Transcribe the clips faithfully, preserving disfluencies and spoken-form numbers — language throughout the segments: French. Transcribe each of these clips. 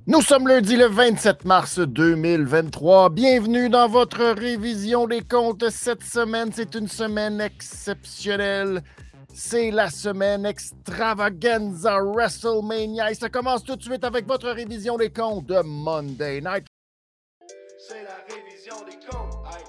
Nous sommes lundi le vingt-sept mars deux mille vingt-trois. Bienvenue dans votre révision des comptes. Cette semaine, c'est une semaine exceptionnelle. C'est la semaine extravaganza WrestleMania. Et ça commence tout de suite avec votre révision des comptes de Monday Night. C'est la révision des comptes. Aïe.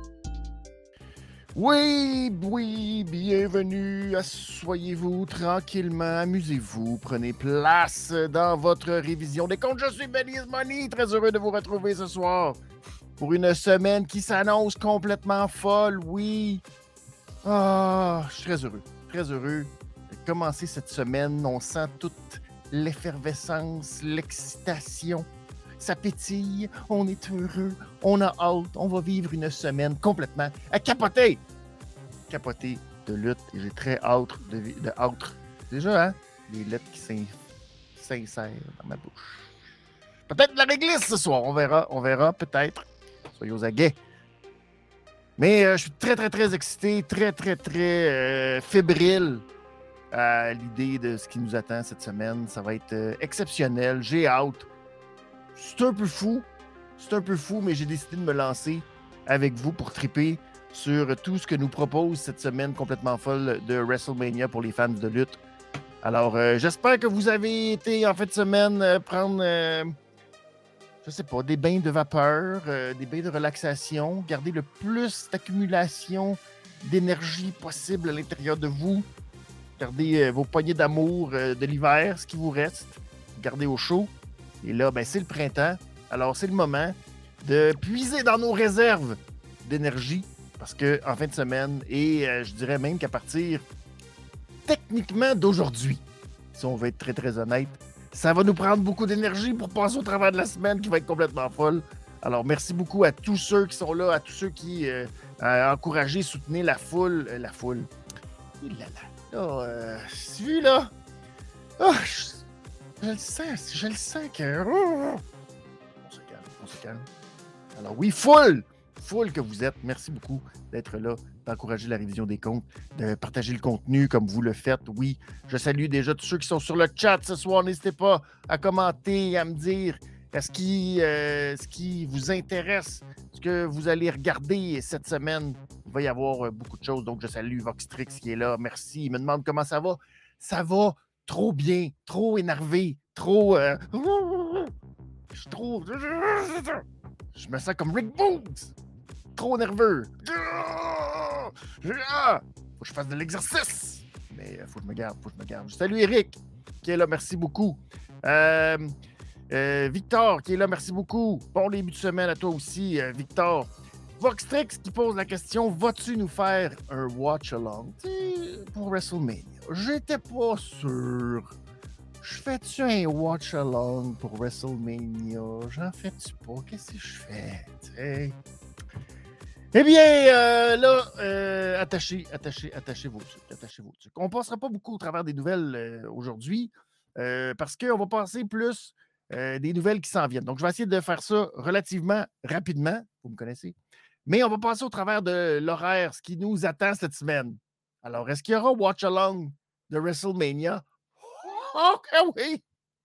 Oui, oui, bienvenue. Asseyez-vous tranquillement, amusez-vous, prenez place dans votre révision des comptes. Je suis Belize Money, très heureux de vous retrouver ce soir pour une semaine qui s'annonce complètement folle, oui. Ah, je suis très heureux, très heureux de commencer cette semaine. On sent toute l'effervescence, l'excitation. Ça pétille, on est heureux, on a hâte, on va vivre une semaine complètement à capoter. Capoter de lutte et j'ai très hâte de, de hâte. Déjà, hein, les lettres qui s'insèrent dans ma bouche. Peut-être la réglisse ce soir, on verra, on verra peut-être. Soyez aux aguets. Mais euh, je suis très, très, très excité, très, très, très euh, fébrile à l'idée de ce qui nous attend cette semaine. Ça va être euh, exceptionnel, j'ai hâte. C'est un peu fou, c'est un peu fou, mais j'ai décidé de me lancer avec vous pour triper sur tout ce que nous propose cette semaine complètement folle de WrestleMania pour les fans de lutte. Alors, euh, j'espère que vous avez été en fin de semaine euh, prendre, euh, je sais pas, des bains de vapeur, euh, des bains de relaxation, garder le plus d'accumulation d'énergie possible à l'intérieur de vous. Gardez euh, vos poignées d'amour euh, de l'hiver, ce qui vous reste. Gardez au chaud. Et là, ben, c'est le printemps. Alors, c'est le moment de puiser dans nos réserves d'énergie. Parce qu'en fin de semaine, et euh, je dirais même qu'à partir techniquement d'aujourd'hui, si on veut être très, très honnête, ça va nous prendre beaucoup d'énergie pour passer au travers de la semaine qui va être complètement folle. Alors, merci beaucoup à tous ceux qui sont là, à tous ceux qui euh, ont encouragé, soutenu la foule. Euh, la foule. Et là, là, là, euh, c'est vu, là? Oh, je... Je le sens, je le sens que... On se calme, on se calme. Alors oui, full, full que vous êtes. Merci beaucoup d'être là, d'encourager la révision des comptes, de partager le contenu comme vous le faites. Oui, je salue déjà tous ceux qui sont sur le chat ce soir. N'hésitez pas à commenter, à me dire ce qui, euh, ce qui vous intéresse, ce que vous allez regarder cette semaine. Il va y avoir beaucoup de choses. Donc, je salue Voxtrix qui est là. Merci. Il me demande comment ça va. Ça va trop bien, trop énervé, trop... Euh... Je suis trop... Je me sens comme Rick Boogs. Trop nerveux. Faut que je fasse de l'exercice. Mais faut que je me garde, faut que je me garde. Salut Eric, qui est là, merci beaucoup. Euh, euh, Victor, qui est là, merci beaucoup. Bon début de semaine à toi aussi, euh, Victor. Voxtrix qui pose la question, vas-tu nous faire un watch-along pour WrestleMania? J'étais pas sûr. Je fais-tu un watch-along pour WrestleMania? J'en fais-tu pas? Qu'est-ce que je fais? T'sais? Eh bien, euh, là, euh, attachez, attachez, attachez vos trucs, attachez vos trucs. On ne passera pas beaucoup au travers des nouvelles euh, aujourd'hui euh, parce qu'on va passer plus euh, des nouvelles qui s'en viennent. Donc, je vais essayer de faire ça relativement rapidement. Vous me connaissez. Mais on va passer au travers de l'horaire, ce qui nous attend cette semaine. Alors, est-ce qu'il y aura watch-along de WrestleMania? Oh, que oui!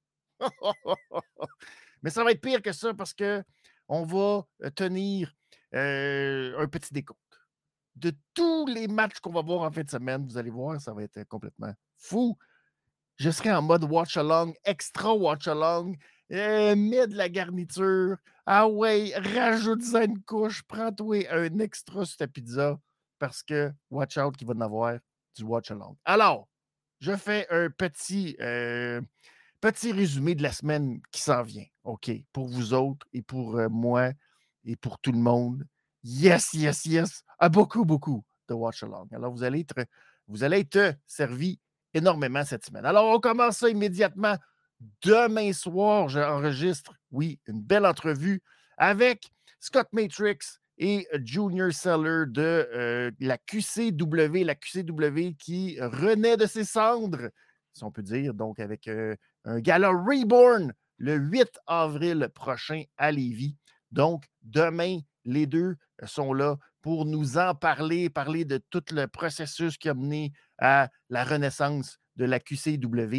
Mais ça va être pire que ça parce qu'on va tenir euh, un petit décompte de tous les matchs qu'on va voir en fin de semaine. Vous allez voir, ça va être complètement fou. Je serai en mode watch-along, extra watch-along, euh, mets de la garniture. Ah ouais, rajoute-en une couche, prends-toi un extra sur ta pizza parce que, watch out qu'il va en avoir du watch-along. Alors, je fais un petit, euh, petit résumé de la semaine qui s'en vient, OK, pour vous autres et pour euh, moi et pour tout le monde. Yes, yes, yes, à beaucoup, beaucoup de watch-along. Alors, vous allez être, vous allez être servi énormément cette semaine. Alors, on commence ça immédiatement. Demain soir, j'enregistre, oui, une belle entrevue avec Scott Matrix et Junior Seller de euh, la Q C W, la Q C W qui renaît de ses cendres, si on peut dire, donc avec euh, un gala Reborn le huit avril prochain à Lévis. Donc, demain, les deux sont là pour nous en parler, parler de tout le processus qui a mené à la renaissance de la Q C W.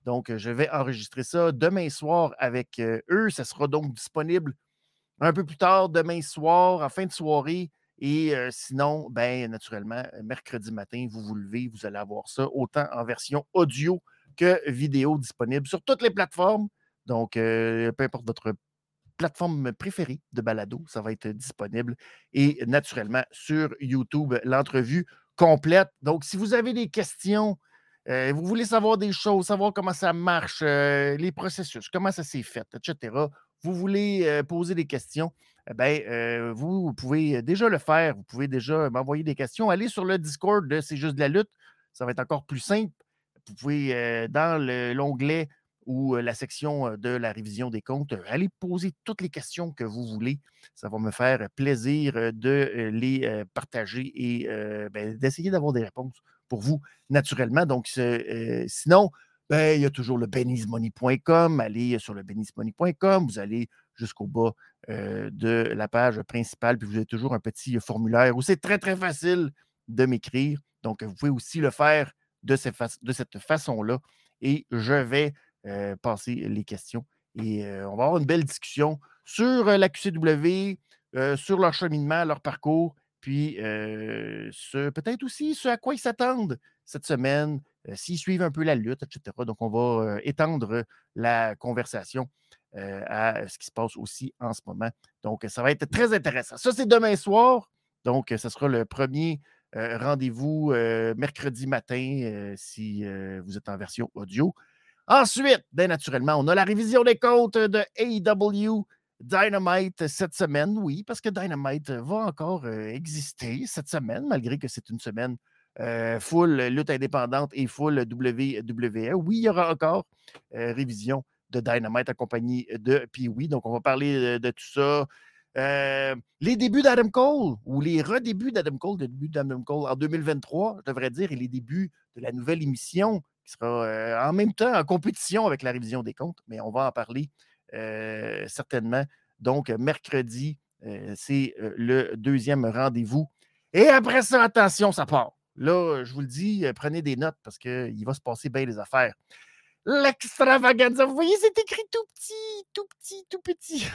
Donc, je vais enregistrer ça demain soir avec euh, eux. Ça sera donc disponible un peu plus tard, demain soir, en fin de soirée. Et euh, sinon, ben, naturellement, mercredi matin, vous vous levez, vous allez avoir ça autant en version audio que vidéo disponible sur toutes les plateformes. Donc, euh, peu importe votre plateforme préférée de balado, ça va être disponible. Et naturellement, sur YouTube, l'entrevue complète. Donc, si vous avez des questions, euh, vous voulez savoir des choses, savoir comment ça marche, euh, les processus, comment ça s'est fait, et cetera, vous voulez euh, poser des questions, eh ben, euh, vous pouvez déjà le faire. Vous pouvez déjà m'envoyer des questions. Allez sur le Discord de C'est juste de la lutte. Ça va être encore plus simple. Vous pouvez, euh, dans le- l'onglet ou euh, la section euh, de la révision des comptes, euh, allez poser toutes les questions que vous voulez. Ça va me faire plaisir euh, de euh, les euh, partager et euh, ben, d'essayer d'avoir des réponses pour vous, naturellement. Donc, euh, sinon, ben, il y a toujours le benny's money point com. Allez sur le benny's money point com. Vous allez jusqu'au bas euh, de la page principale, puis vous avez toujours un petit formulaire où c'est très, très facile de m'écrire. Donc, vous pouvez aussi le faire de, cette fa- de cette façon-là. Et je vais euh, passer les questions. Et euh, on va avoir une belle discussion sur euh, la Q C W, euh, sur leur cheminement, leur parcours, puis euh, ce- peut-être aussi ce à quoi ils s'attendent cette semaine, euh, s'ils suivent un peu la lutte, et cetera. Donc, on va euh, étendre la conversation euh, à ce qui se passe aussi en ce moment. Donc, ça va être très intéressant. Ça, c'est demain soir. Donc, ce sera le premier euh, rendez-vous euh, mercredi matin euh, si euh, vous êtes en version audio. Ensuite, bien naturellement, on a la révision des comptes de A E W Dynamite cette semaine. Oui, parce que Dynamite va encore euh, exister cette semaine, malgré que c'est une semaine euh, full lutte indépendante et full W W E. Oui, il y aura encore euh, révision de Dynamite accompagnée de Pee-Wee. Donc, on va parler de, de tout ça. Euh, les débuts d'Adam Cole ou les redébuts d'Adam Cole, les débuts d'Adam Cole en deux mille vingt-trois, je devrais dire, et les débuts de la nouvelle émission qui sera euh, en même temps en compétition avec la révision des comptes, mais on va en parler euh, certainement. Donc, mercredi, euh, c'est euh, le deuxième rendez-vous. Et après ça, attention, ça part. Là, je vous le dis, euh, prenez des notes parce qu'il va se passer bien les affaires. L'extravaganza, vous voyez, c'est écrit tout petit, tout petit, tout petit.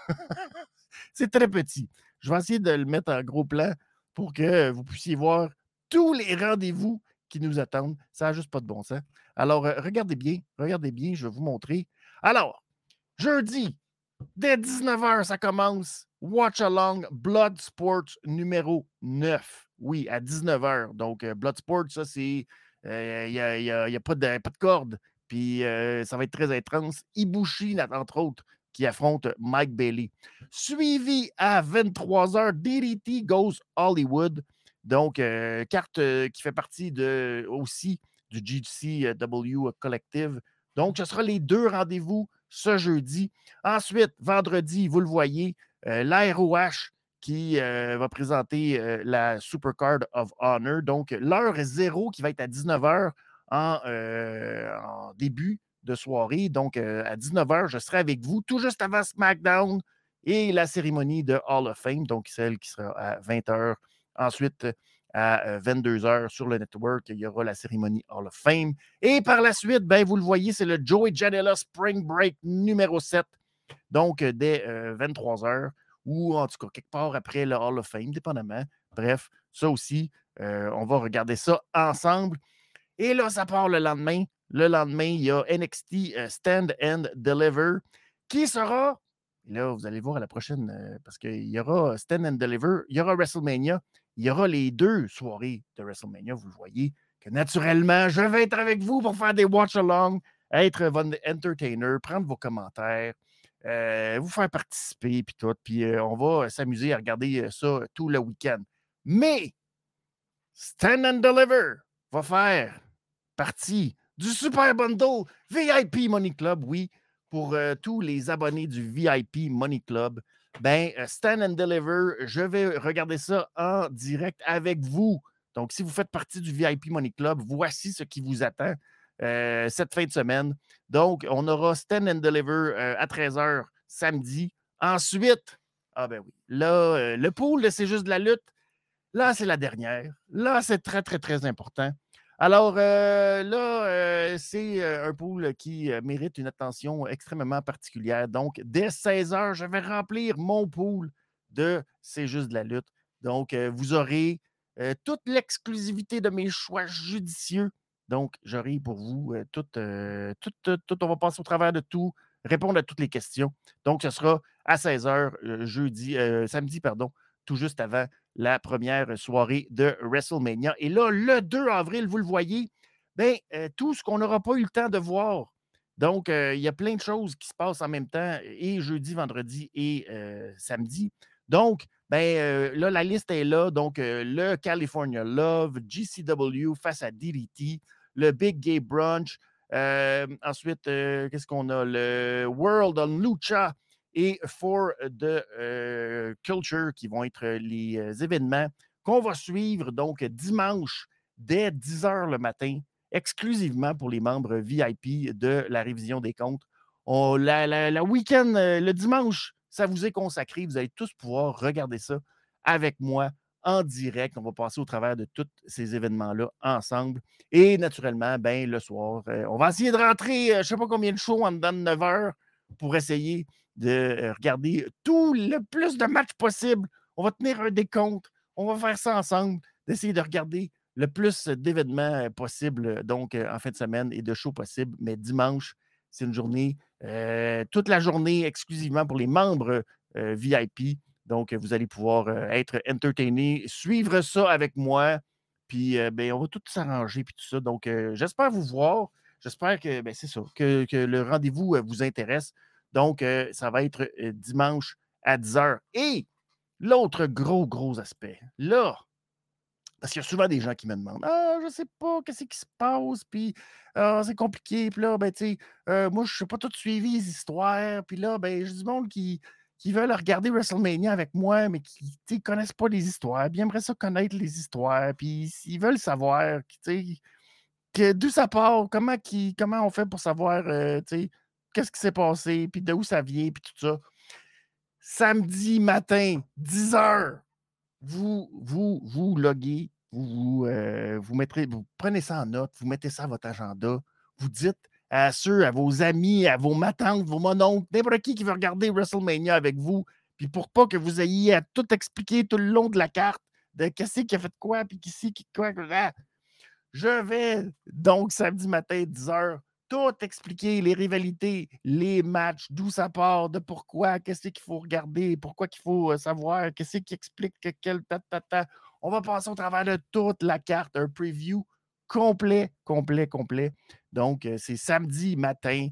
C'est très petit. Je vais essayer de le mettre en gros plan pour que vous puissiez voir tous les rendez-vous qui nous attendent. Ça n'a juste pas de bon sens. Alors, euh, regardez bien, regardez bien, je vais vous montrer. Alors, jeudi, dès dix-neuf heures, ça commence. Watch Along Bloodsport numéro neuf. Oui, à dix-neuf heures. Donc, euh, Bloodsport, ça, c'est. Il euh, n'y a, y a, y a pas, de, pas de corde. Puis, euh, ça va être très intense. Ibushi, entre autres, qui affronte Mike Bailey. Suivi à vingt-trois heures, D D T Goes Hollywood. Donc, euh, carte euh, qui fait partie de, aussi du G C W Collective. Donc, ce sera les deux rendez-vous ce jeudi. Ensuite, vendredi, vous le voyez, euh, l'A R O H qui euh, va présenter euh, la Supercard of Honor. Donc, l'heure zéro qui va être à dix-neuf heures en, euh, en début de soirée. Donc, euh, à dix-neuf heures, je serai avec vous tout juste avant SmackDown et la cérémonie de Hall of Fame, donc celle qui sera à vingt heures. Ensuite, à vingt-deux heures sur le network, il y aura la cérémonie Hall of Fame. Et par la suite, ben, vous le voyez, c'est le Joey Janela Spring Break numéro sept. Donc, dès euh, vingt-trois heures, ou en tout cas, quelque part après le Hall of Fame, dépendamment. Bref, ça aussi, euh, on va regarder ça ensemble. Et là, ça part le lendemain. Le lendemain, il y a N X T uh, Stand and Deliver qui sera, là, vous allez voir à la prochaine, euh, parce qu'il y aura Stand and Deliver, il y aura WrestleMania, il y aura les deux soirées de WrestleMania, vous le voyez, que naturellement, je vais être avec vous pour faire des watch-along, être votre entertainer, prendre vos commentaires, euh, vous faire participer, puis tout, puis euh, on va s'amuser à regarder ça tout le week-end. Mais, Stand and Deliver va faire partie du Super Bundle V I P Money Club, oui, pour euh, tous les abonnés du V I P Money Club. Ben, euh, Stand and Deliver, je vais regarder ça en direct avec vous. Donc, si vous faites partie du V I P Money Club, voici ce qui vous attend euh, cette fin de semaine. Donc, on aura Stand and Deliver euh, à treize heures samedi. Ensuite, ah ben oui, là, euh, le pool, c'est juste de la lutte. Là, c'est la dernière. Là, c'est très, très, très important. Alors euh, là, euh, c'est euh, un pool qui euh, mérite une attention extrêmement particulière. Donc, dès seize heures, je vais remplir mon pool de C'est juste de la lutte. Donc, euh, vous aurez euh, toute l'exclusivité de mes choix judicieux. Donc, j'aurai pour vous euh, tout, euh, tout, tout, tout, on va passer au travers de tout, répondre à toutes les questions. Donc, ce sera à seize heures, euh, jeudi, euh, samedi, pardon, tout juste avant la première soirée de WrestleMania. Et là, le deux avril, vous le voyez, ben, euh, tout ce qu'on n'aura pas eu le temps de voir. Donc, euh, il y a plein de choses qui se passent en même temps, et jeudi, vendredi et euh, samedi. Donc, ben, euh, là, la liste est là. Donc, euh, le California Love, G C W face à D D T, le Big Gay Brunch. Euh, ensuite, euh, qu'est-ce qu'on a? Le World on Lucha et For the euh, Culture, qui vont être les euh, événements qu'on va suivre donc dimanche dès dix heures le matin, exclusivement pour les membres V I P de la révision des comptes. On, la, la, la week-end, euh, le dimanche, ça vous est consacré. Vous allez tous pouvoir regarder ça avec moi en direct. On va passer au travers de tous ces événements-là ensemble. Et naturellement, ben, le soir, euh, on va essayer de rentrer, euh, je ne sais pas combien de shows en dedans de neuf heures pour essayer de regarder tout le plus de matchs possible. On va tenir un décompte. On va faire ça ensemble, d'essayer de regarder le plus d'événements possible, donc en fin de semaine, et de shows possibles. Mais dimanche, c'est une journée, euh, toute la journée exclusivement pour les membres euh, V I P. Donc, vous allez pouvoir euh, être entertainés, suivre ça avec moi. Puis, euh, ben, on va tout s'arranger, puis tout ça. Donc, euh, j'espère vous voir. J'espère que, ben, c'est ça, que, que le rendez-vous euh, vous intéresse. Donc, euh, ça va être euh, dimanche à dix heures. Et l'autre gros, gros aspect, là, parce qu'il y a souvent des gens qui me demandent: «Ah, je sais pas, qu'est-ce qui se passe, puis ah, c'est compliqué, puis là, ben, tu sais, euh, moi, je sais pas tout suivi les histoires, puis là, ben, j'ai du monde qui, qui veulent regarder WrestleMania avec moi, mais qui, tu sais, connaissent pas les histoires, puis ils aimeraient ça connaître les histoires, puis ils veulent savoir, tu sais, que d'où ça part, comment, qui, comment on fait pour savoir, euh, tu sais, qu'est-ce qui s'est passé, puis de où ça vient, puis tout ça.» Samedi matin, dix heures, vous, vous, vous loguez, vous, vous, euh, vous, mettrez, vous prenez ça en note, vous mettez ça à votre agenda, vous dites à ceux, à vos amis, à vos matantes, vos mononcles, n'importe qui qui veut regarder WrestleMania avec vous, puis pour pas que vous ayez à tout expliquer tout le long de la carte, de qu'est-ce qui a fait quoi, puis qui c'est qui quoi, là, je vais donc samedi matin, dix heures, tout expliquer, les rivalités, les matchs, d'où ça part, de pourquoi, qu'est-ce qu'il faut regarder, pourquoi qu'il faut savoir, qu'est-ce qui explique que quel ta, ta, ta. On va passer au travers de toute la carte, un preview complet, complet, complet. Donc, c'est samedi matin.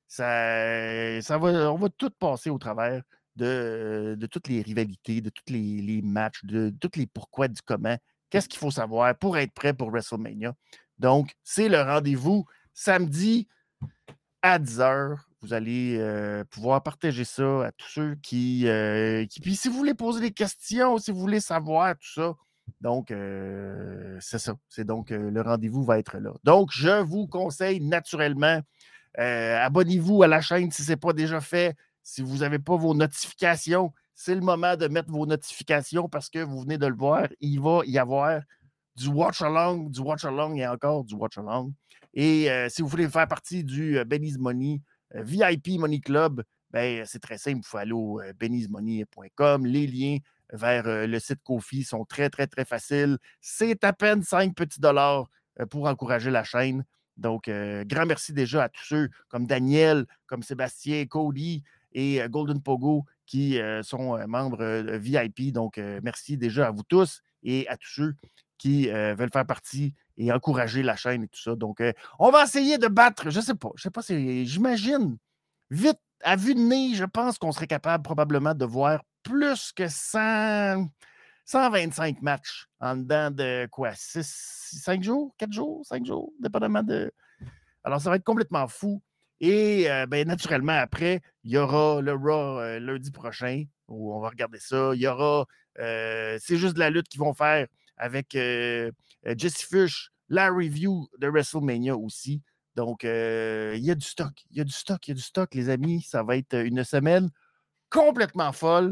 Ça, ça va, on va tout passer au travers de, de toutes les rivalités, de tous les, les matchs, de, de tous les pourquoi du comment. Qu'est-ce qu'il faut savoir pour être prêt pour WrestleMania? Donc, c'est le rendez-vous samedi à dix heures. Vous allez euh, pouvoir partager ça à tous ceux qui, euh, qui... Puis si vous voulez poser des questions, si vous voulez savoir tout ça, donc euh, c'est ça. C'est donc euh, le rendez-vous va être là. Donc, je vous conseille naturellement, euh, abonnez-vous à la chaîne si ce n'est pas déjà fait. Si vous n'avez pas vos notifications, c'est le moment de mettre vos notifications parce que vous venez de le voir, il va y avoir du watch-along, du watch-along et encore du watch-along. Et euh, si vous voulez faire partie du euh, Benny's Money euh, V I P Money Club, ben, c'est très simple. Vous pouvez aller au euh, benny's money point com. Les liens vers euh, le site Ko-fi sont très, très, très faciles. C'est à peine cinq petits dollars euh, pour encourager la chaîne. Donc, euh, grand merci déjà à tous ceux comme Daniel, comme Sébastien, Cody et euh, Golden Pogo qui euh, sont euh, membres euh, V I P. Donc, euh, merci déjà à vous tous et à tous ceux qui euh, veulent faire partie et encourager la chaîne et tout ça. Donc, euh, on va essayer de battre, je ne sais pas, je sais pas, c'est, j'imagine, vite, à vue de nez, je pense qu'on serait capable probablement de voir plus que cent, cent vingt-cinq matchs en dedans de quoi, six, cinq jours, quatre jours, cinq jours, dépendamment de... Alors, ça va être complètement fou. Et euh, ben, naturellement, après, il y aura le Raw euh, lundi prochain, où on va regarder ça. Il y aura euh, C'est juste de la lutte qu'ils vont faire avec euh, Jesse Fish, la review de WrestleMania aussi. Donc, euh, il y a du stock. Il y a du stock, il y a du stock, les amis. Ça va être une semaine complètement folle.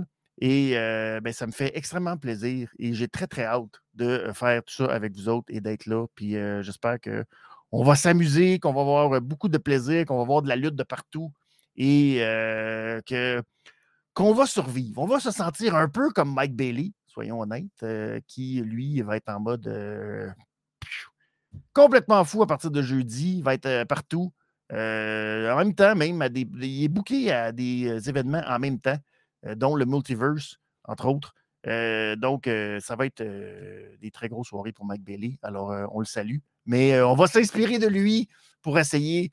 Et euh, ben, ça me fait extrêmement plaisir et j'ai très, très hâte de faire tout ça avec vous autres et d'être là. Puis euh, j'espère qu'on va s'amuser, qu'on va avoir beaucoup de plaisir, qu'on va avoir de la lutte de partout et euh, que, qu'on va survivre. On va se sentir un peu comme Mike Bailey, soyons honnêtes, euh, qui, lui, va être en mode euh, complètement fou à partir de jeudi. Il va être euh, partout. Euh, en même temps, même, à des, il est booké à des euh, événements en même temps, euh, dont le Multiverse, entre autres. Euh, donc, euh, ça va être euh, des très grosses soirées pour Mike Bailey. Alors, euh, on le salue. Mais euh, on va s'inspirer de lui pour essayer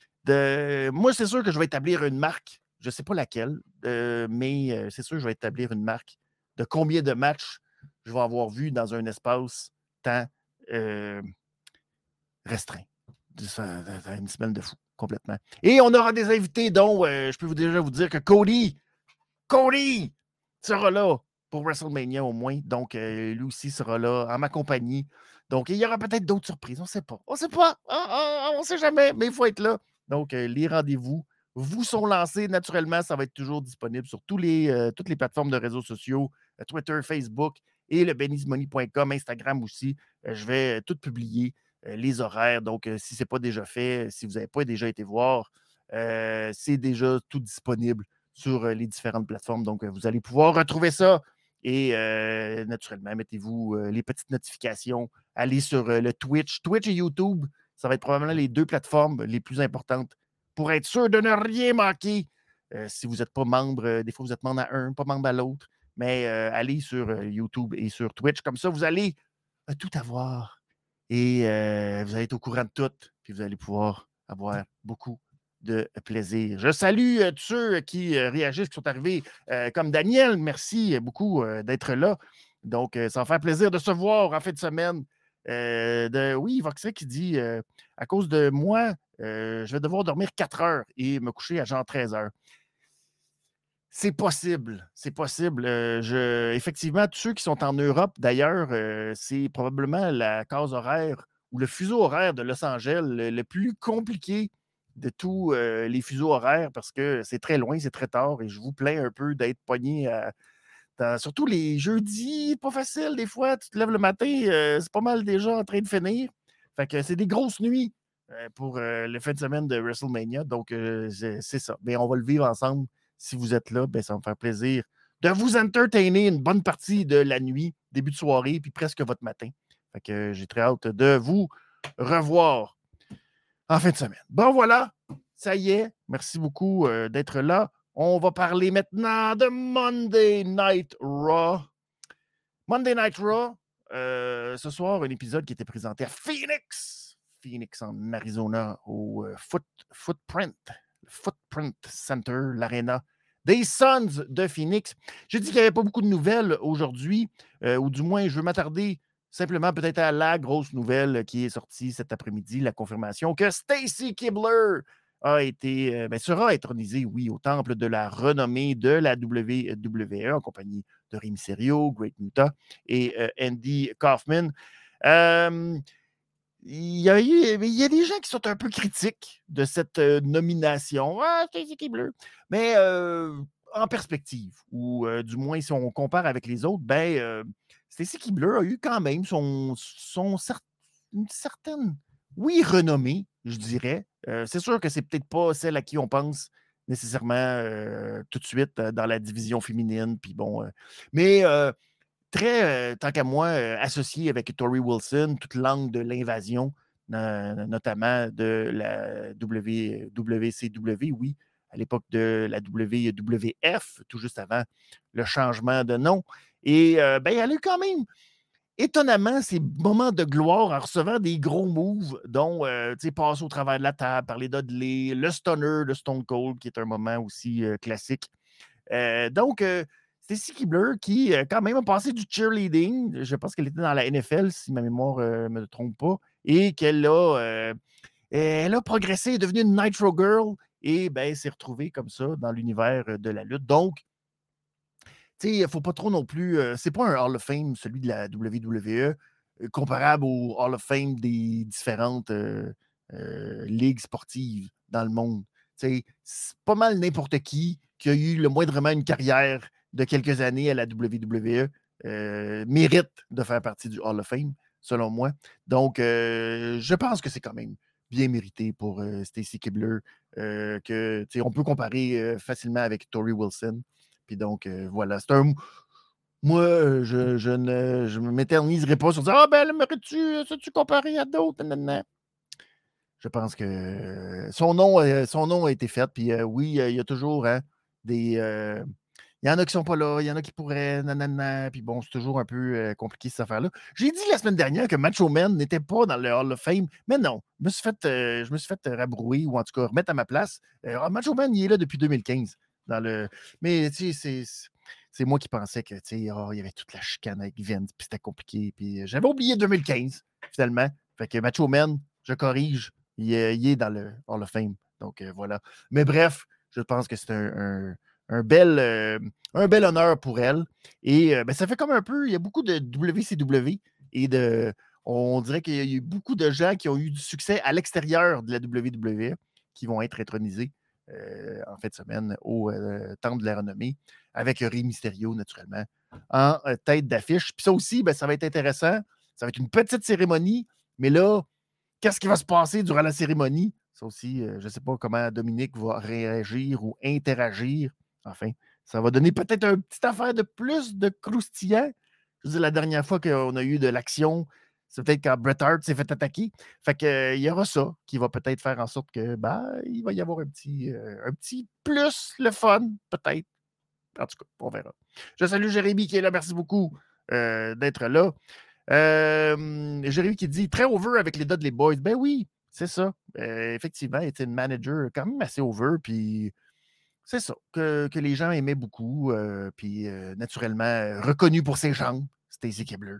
de. Moi, c'est sûr que je vais établir une marque. Je ne sais pas laquelle, euh, mais euh, c'est sûr que je vais établir une marque de combien de matchs je vais avoir vu dans un espace temps euh, restreint. Ça, ça, ça, une semaine de fou, complètement. Et on aura des invités dont euh, je peux vous déjà vous dire que Cody, Cody sera là pour WrestleMania au moins. Donc, euh, lui aussi sera là en ma compagnie. Donc, il y aura peut-être d'autres surprises. On ne sait pas. On ne sait pas. On ne sait jamais, mais il faut être là. Donc, euh, les rendez-vous vous sont lancés naturellement. Ça va être toujours disponible sur tous les, euh, toutes les plateformes de réseaux sociaux, euh, Twitter, Facebook et le benny's money point com, Instagram aussi. Euh, je vais tout publier, euh, les horaires. Donc, euh, si ce n'est pas déjà fait, si vous n'avez pas déjà été voir, euh, c'est déjà tout disponible sur les différentes plateformes. Donc, vous allez pouvoir retrouver ça. Et euh, naturellement, mettez-vous euh, les petites notifications. Allez sur euh, le Twitch. Twitch et YouTube, ça va être probablement les deux plateformes les plus importantes pour être sûr de ne rien manquer. Euh, si vous n'êtes pas membre, euh, des fois vous êtes membre à un, pas membre à l'autre. Mais euh, allez sur euh, YouTube et sur Twitch. Comme ça, vous allez euh, tout avoir. Et euh, vous allez être au courant de tout. Puis vous allez pouvoir avoir beaucoup de plaisir. Je salue euh, tous ceux qui euh, réagissent, qui sont arrivés, euh, comme Daniel. Merci beaucoup euh, d'être là. Donc, euh, ça va faire plaisir de se voir en fin de semaine. Euh, de, oui, Voxer qui dit euh, à cause de moi, euh, je vais devoir dormir quatre heures et me coucher à genre treize heures. C'est possible, c'est possible. Euh, je, effectivement, tous ceux qui sont en Europe, d'ailleurs, euh, c'est probablement la case horaire ou le fuseau horaire de Los Angeles le, le plus compliqué de tous euh, les fuseaux horaires parce que c'est très loin, c'est très tard et je vous plains un peu d'être pogné à, dans, surtout les jeudis, pas facile des fois. Tu te lèves le matin, euh, c'est pas mal déjà en train de finir. Fait que c'est des grosses nuits euh, pour euh, le fin de semaine de WrestleMania. Donc, euh, c'est, c'est ça. Mais on va le vivre ensemble. Si vous êtes là, ben, ça va me faire plaisir de vous entertainer une bonne partie de la nuit, début de soirée, puis presque votre matin. Fait que euh, j'ai très hâte de vous revoir en fin de semaine. Bon, voilà. Ça y est. Merci beaucoup euh, d'être là. On va parler maintenant de Monday Night Raw. Monday Night Raw, euh, ce soir, un épisode qui était présenté à Phoenix. Phoenix en Arizona, au euh, Foot, Footprint, Footprint Center, l'Arena des Suns de Phoenix. J'ai dit qu'il n'y avait pas beaucoup de nouvelles aujourd'hui, euh, ou du moins, je veux m'attarder simplement peut-être à la grosse nouvelle qui est sortie cet après-midi, la confirmation que Stacy Keibler a été, euh, ben, sera intronisée, oui, au temple de la renommée de la W W E en compagnie de Rey Mysterio, Great Muta et euh, Andy Kaufman. Euh, il y, a, il y a des gens qui sont un peu critiques de cette euh, nomination. Ah, Stacy Keibler. Mais euh, en perspective, ou euh, du moins si on compare avec les autres, ben, euh, Stacy Keibler a eu quand même son, son cer- une certaine, oui, renommée, je dirais. Euh, c'est sûr que c'est peut-être pas celle à qui on pense nécessairement euh, tout de suite euh, dans la division féminine. Puis bon, euh, mais euh, très, euh, tant qu'à moi, euh, associé avec Tori Wilson, toute l'angle de l'invasion, euh, notamment de la w, W C W, oui, à l'époque de la W W F, tout juste avant le changement de nom. Et euh, ben, elle a eu quand même étonnamment ces moments de gloire en recevant des gros moves, dont euh, passer au travers de la table, parler d'Odley, le stunner de Stone Cold, qui est un moment aussi euh, classique. Euh, donc, euh, Stacy Keibler qui, euh, quand même, a passé du cheerleading. Je pense qu'elle était dans la N F L, si ma mémoire ne me trompe pas, et qu'elle a, euh, elle a progressé, est devenue une Nitro Girl, et ben, s'est retrouvée comme ça dans l'univers de la lutte. Donc, tu sais, il ne faut pas trop non plus. Euh, c'est pas un Hall of Fame, celui de la W W E, euh, comparable au Hall of Fame des différentes euh, euh, ligues sportives dans le monde. Tu sais, c'est pas mal n'importe qui qui a eu le moindrement une carrière de quelques années à la W W E euh, mérite de faire partie du Hall of Fame, selon moi. Donc, euh, je pense que c'est quand même bien mérité pour euh, Stacy Keibler, euh, que on peut comparer euh, facilement avec Tori Wilson. Puis donc, euh, voilà, c'est un... Moi, je, je ne je m'éterniserai pas sur dire « Ah, ben, mérites-tu, tu comparé à d'autres? » Je pense que son nom, euh, son nom a été fait. Puis euh, oui, il y a toujours hein, des... Euh, il y en a qui sont pas là, il y en a qui pourraient, nanana, puis bon, c'est toujours un peu euh, compliqué cette affaire-là. J'ai dit la semaine dernière que Macho Man n'était pas dans le Hall of Fame, mais non, je me suis fait, euh, je me suis fait rabrouer, ou en tout cas remettre à ma place. Euh, Macho Man, il est là depuis deux mille quinze. Dans le... Mais tu sais, c'est, c'est moi qui pensais que, tu sais, oh, il y avait toute la chicane avec Vince, puis c'était compliqué, puis j'avais oublié deux mille quinze, finalement. Fait que Macho Man, je corrige, il est, il est dans le Hall of Fame. Donc euh, voilà. Mais bref, je pense que c'est un... un Un bel, euh, un bel honneur pour elle. Et euh, ben, ça fait comme un peu, il y a beaucoup de W C W et de, on dirait qu'il y a eu beaucoup de gens qui ont eu du succès à l'extérieur de la W W E qui vont être intronisés euh, en fin de semaine au euh, Temple de la Renommée avec Rey Mysterio, naturellement, en euh, tête d'affiche. Puis ça aussi, ben, ça va être intéressant. Ça va être une petite cérémonie, mais là, qu'est-ce qui va se passer durant la cérémonie? Ça aussi, euh, je ne sais pas comment Dominique va réagir ou interagir. Enfin, ça va donner peut-être une petite affaire de plus de croustillant. Je veux dire, la dernière fois qu'on a eu de l'action, c'est peut-être quand Bret Hart s'est fait attaquer. Fait qu'il euh, y aura ça qui va peut-être faire en sorte que ben, il va y avoir un petit, euh, un petit plus le fun, peut-être. En tout cas, on verra. Je salue Jérémy qui est là. Merci beaucoup euh, d'être là. Euh, Jérémy qui dit très over avec les Dudley Boys. Ben oui, c'est ça. Euh, effectivement, il était une manager quand même assez over. Puis c'est ça, que, que les gens aimaient beaucoup. Euh, puis euh, naturellement, euh, reconnu pour ses jambes, Stacy Keibler.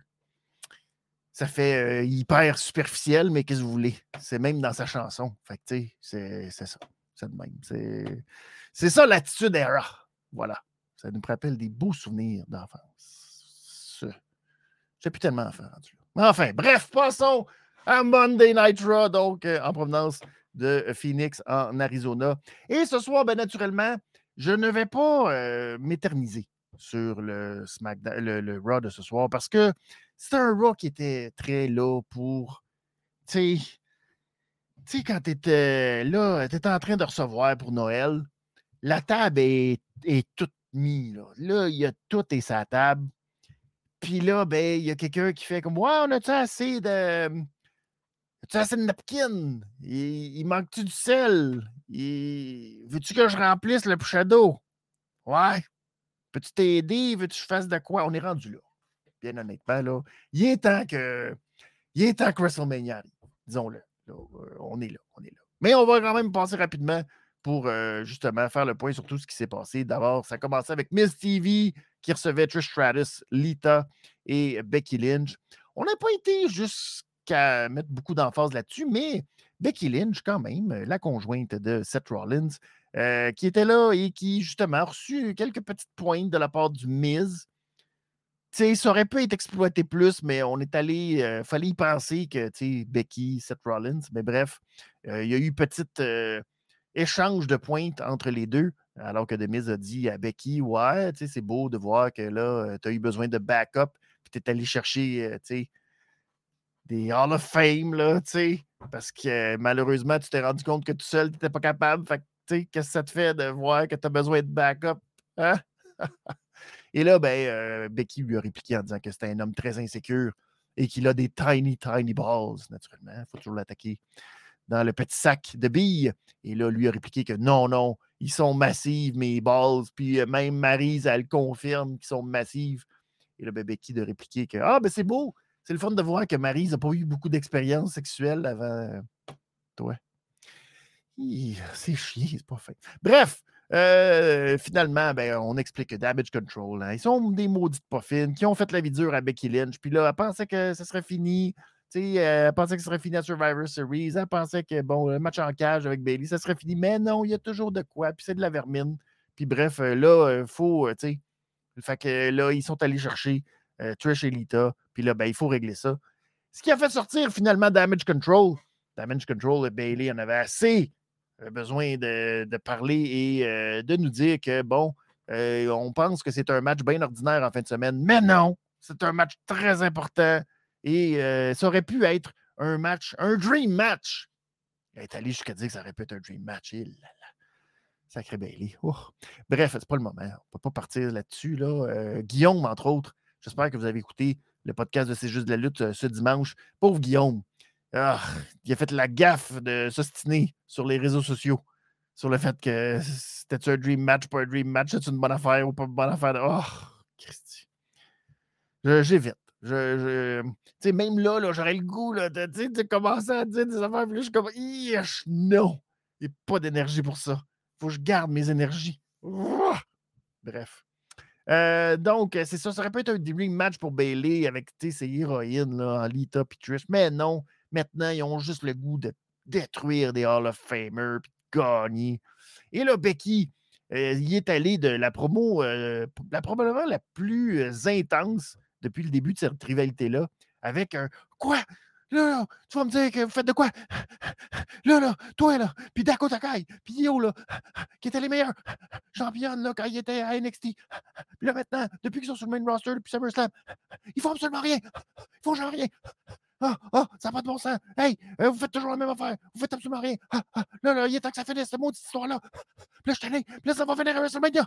Ça fait euh, hyper superficiel, mais qu'est-ce que vous voulez? C'est même dans sa chanson. Fait que, tu sais, c'est, c'est ça. C'est de même. C'est, c'est ça l'attitude era. Voilà. Ça nous rappelle des beaux souvenirs d'enfance. J'ai plus tellement à faire rendu là. Enfin, bref, passons à Monday Night Raw, donc euh, en provenance de Phoenix, en Arizona. Et ce soir, ben, naturellement, je ne vais pas euh, m'éterniser sur le, SmackDown, le, le Raw de ce soir parce que c'est un Raw qui était très là pour, tu sais, tu sais, quand tu étais là, tu étais en train de recevoir pour Noël, la table est, est toute mise. Là, là il y a tout et sa table. Puis là, ben, il y a quelqu'un qui fait comme ouais, on a-tu assez de. As-tu assez de napkins? Il, il manque-tu du sel? Il... Veux-tu que je remplisse le shadow? Ouais. Peux-tu t'aider? Veux-tu que je fasse de quoi? On est rendu là. Bien honnêtement, là. Il est temps que. Il est temps que WrestleMania arrive. Disons-le. Là, euh, on est là. On est là. Mais on va quand même passer rapidement pour euh, justement faire le point sur tout ce qui s'est passé. D'abord, ça a commencé avec Miz T V qui recevait Trish Stratus, Lita et Becky Lynch. On n'a pas été jusqu'à mettre beaucoup d'emphase là-dessus, mais Becky Lynch, quand même, la conjointe de Seth Rollins, euh, qui était là et qui, justement, a reçu quelques petites pointes de la part du Miz. T'sais, ça aurait pu être exploité plus, mais on est allé, il euh, fallait y penser que Becky, Seth Rollins, mais bref, euh, il y a eu petit euh, échange de pointes entre les deux, alors que Demise a dit à Becky, ouais, c'est beau de voir que là, tu as eu besoin de backup, puis tu es allé chercher euh, des Hall of Fame, là, parce que euh, malheureusement, tu t'es rendu compte que tout seul, tu n'étais pas capable. Fait que, qu'est-ce que ça te fait de voir que tu as besoin de backup? Hein? Et là, ben, euh, Becky lui a répliqué en disant que c'était un homme très insécure et qu'il a des tiny, tiny balls, naturellement. Il faut toujours l'attaquer dans le petit sac de billes. Et là, lui a répliqué que non, non, ils sont massives, mes balls. Puis euh, même Maryse, elle confirme qu'ils sont massives. Et là, ben, Becky de répliquer que ah, ben c'est beau. C'est le fun de voir que Maryse n'a pas eu beaucoup d'expérience sexuelle avant euh, toi. C'est chiant, c'est pas fait. Bref, euh, finalement, ben, on explique que Damage Control, hein, ils sont des maudites pas fines qui ont fait la vie dure à Becky Lynch. Puis là, elle pensait que ça serait fini. T'sais, elle pensait que ça serait fini à Survivor Series. Elle pensait que, bon, le match en cage avec Bayley, ça serait fini. Mais non, il y a toujours de quoi. Puis c'est de la vermine. Puis bref, là, il faut, tu sais. Fait que là, ils sont allés chercher euh, Trish et Lita. Puis là, ben, il faut régler ça. Ce qui a fait sortir finalement Damage Control. Damage Control, Bayley en avait assez besoin de, de parler et euh, de nous dire que, bon, Euh, on pense que c'est un match bien ordinaire en fin de semaine, mais non, c'est un match très important et euh, ça aurait pu être un match, un dream match. Elle est allée jusqu'à dire que ça aurait pu être un dream match. Et là, là, sacré Bailey. Oh. Bref, c'est pas le moment. On ne peut pas partir là-dessus. Là. Euh, Guillaume, entre autres, j'espère que vous avez écouté le podcast de C'est juste de la lutte euh, ce dimanche. Pauvre Guillaume. Ah, il a fait la gaffe de s'ostiner sur les réseaux sociaux sur le fait que c'était-tu un dream match, pas un dream match, c'est une bonne affaire ou pas une bonne affaire. Oh, Christy. Je, j'évite. Je, je, tu sais, même là, là j'aurais le goût là, de, de commencer à dire des affaires. Puis là, je suis comme, Ish, non, il n'y a pas d'énergie pour ça. Il faut que je garde mes énergies. Ouah! Bref. Euh, donc, c'est ça. Ça aurait pu être un dream match pour Bailey avec ses héroïnes, là, en Lita et Trish. Mais non, maintenant, ils ont juste le goût de détruire des Hall of Famers puis de gagner. Et là, Becky, euh, il est allé de la promo, euh, la, probablement la plus euh, intense depuis le début de cette rivalité-là, avec un quoi? Là, là, tu vas me dire que vous faites de quoi? Là, là, toi, là, puis Dakota Kai, puis Io, là, qui étaient les meilleurs championnes, là, quand ils étaient à N X T. Puis là, maintenant, depuis qu'ils sont sur le main roster, depuis SummerSlam, ils font absolument rien. Ils font jamais rien. Ah, ah, ça n'a pas de bon sens. Hey, euh, vous faites toujours la même affaire. Vous faites absolument rien. Ah, ah, là, là, il est temps que ça finisse, cette maudite histoire-là. Puis là, je suis allé. Puis là, ça va finir à WrestleMania.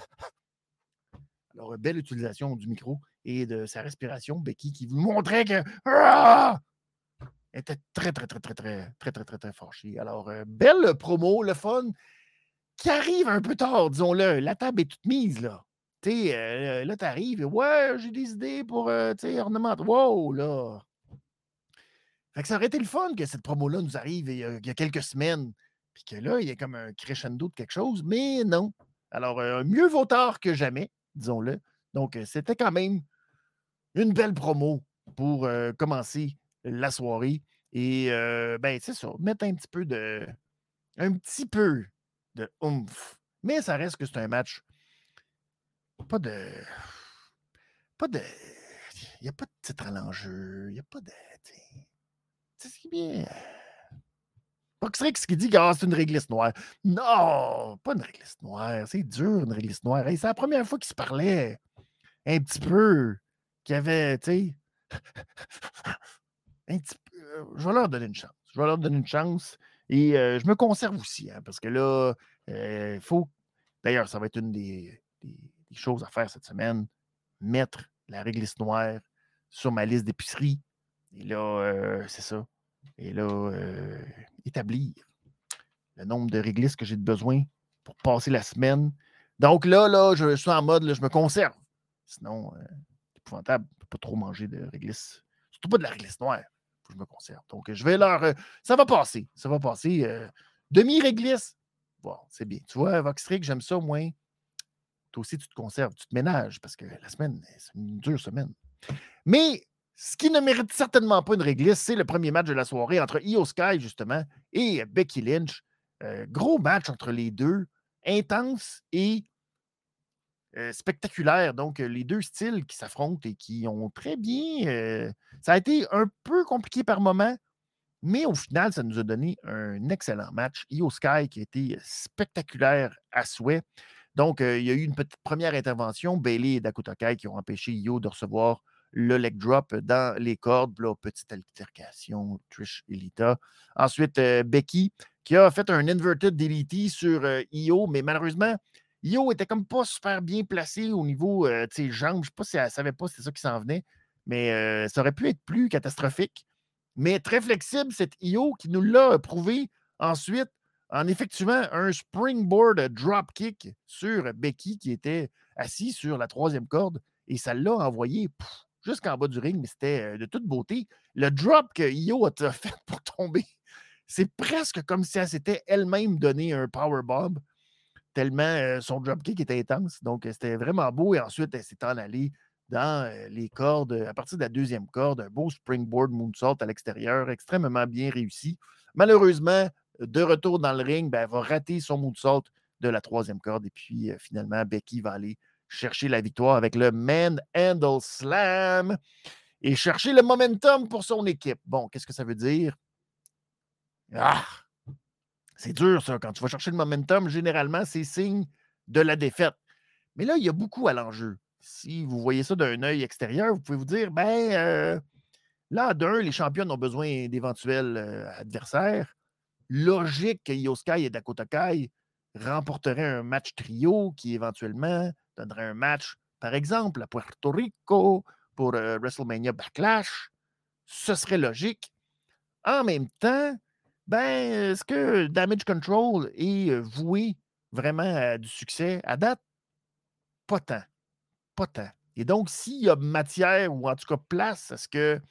Alors, belle utilisation du micro et de sa respiration. Becky qui vous montrait que... Ah! Elle était très, très, très, très, très, très, très, très, très fâchée. Alors, euh, belle promo, le fun, qui arrive un peu tard, disons-le. La table est toute mise, là. Tu sais, euh, là, t'arrives et ouais, j'ai des idées pour, euh, tu sais, ornementer. Wow, là. Fait que ça aurait été le fun que cette promo-là nous arrive il y a, il y a quelques semaines. Puis que là, il y a comme un crescendo de quelque chose, mais non. Alors, euh, mieux vaut tard que jamais, disons-le. Donc, euh, c'était quand même une belle promo pour euh, commencer la soirée. Et, euh, ben, c'est ça, mettre un petit peu de. Un petit peu de oomph. Mais ça reste que c'est un match. Pas de. Pas de. Il n'y a pas de titre à l'enjeu. Il n'y a pas de. C'est ce qui est bien. Foxrix qui dit que ah, c'est une réglisse noire. Non, pas une réglisse noire. C'est dur, une réglisse noire. Hey, c'est la première fois qu'ils se parlaient un petit peu. Qu'il y avait, tu sais. un petit peu. euh, Je vais leur donner une chance. Je vais leur donner une chance. Et euh, je me conserve aussi, hein, parce que là, il euh, faut. D'ailleurs, ça va être une des, des, des choses à faire cette semaine. Mettre la réglisse noire sur ma liste d'épicerie. Et là, euh, c'est ça. Et là, euh, établir le nombre de réglisses que j'ai de besoin pour passer la semaine. Donc là, là, je, je suis en mode, là, je me conserve. Sinon, euh, c'est épouvantable. Je ne peux pas trop manger de réglisse. Surtout pas de la réglisse noire. Faut que je me conserve. Donc, je vais leur. Euh, ça va passer. Ça va passer. Euh, demi-réglisse. Bon, c'est bien. Tu vois, Voxtrick, j'aime ça au moins. Toi aussi, tu te conserves, tu te ménages parce que la semaine, c'est une dure semaine. Mais ce qui ne mérite certainement pas une réglisse, c'est le premier match de la soirée entre Io Sky, justement, et Becky Lynch. Euh, gros match entre les deux, intense et euh, spectaculaire. Donc, euh, les deux styles qui s'affrontent et qui ont très bien... Euh, ça a été un peu compliqué par moments, mais au final, ça nous a donné un excellent match. Io Sky qui a été spectaculaire à souhait. Donc, euh, il y a eu une petite première intervention. Bailey et Dakota Kai qui ont empêché Io de recevoir le leg drop dans les cordes. Là, petite altercation, Trish et Lita. Ensuite, euh, Becky qui a fait un inverted D D T sur euh, Io, mais malheureusement, Io était comme pas super bien placé au niveau euh, de ses jambes. Je ne sais pas si elle ne savait pas si c'est ça qui s'en venait, mais euh, ça aurait pu être plus catastrophique. Mais très flexible, cette Io qui nous l'a prouvé ensuite en effectuant un springboard dropkick sur Becky qui était assis sur la troisième corde et ça l'a envoyé pff, jusqu'en bas du ring, mais c'était de toute beauté. Le drop que Io a fait pour tomber, c'est presque comme si elle s'était elle-même donné un powerbomb tellement euh, son dropkick était intense. Donc, c'était vraiment beau et ensuite, elle s'est en allée dans euh, les cordes, à partir de la deuxième corde, un beau springboard moonsault à l'extérieur, extrêmement bien réussi. Malheureusement, de retour dans le ring, ben, elle va rater son moonsault de la troisième corde et puis euh, finalement, Becky va aller chercher la victoire avec le Manhandle Slam et chercher le momentum pour son équipe. Bon, qu'est-ce que ça veut dire? Ah! C'est dur, ça. Quand tu vas chercher le momentum, généralement, c'est signe de la défaite. Mais là, il y a beaucoup à l'enjeu. Si vous voyez ça d'un œil extérieur, vous pouvez vous dire, ben, euh, là, d'un, les champions ont besoin d'éventuels euh, adversaires. Logique que Io Sky et Dakota Kai remporteraient un match trio qui éventuellement donnerait un match, par exemple, à Puerto Rico pour euh, WrestleMania Backlash. Ce serait logique. En même temps, ben, est-ce que Damage Control est euh, voué vraiment à du succès? À date, pas tant. Pas tant. Et donc, s'il y a matière ou en tout cas place à ce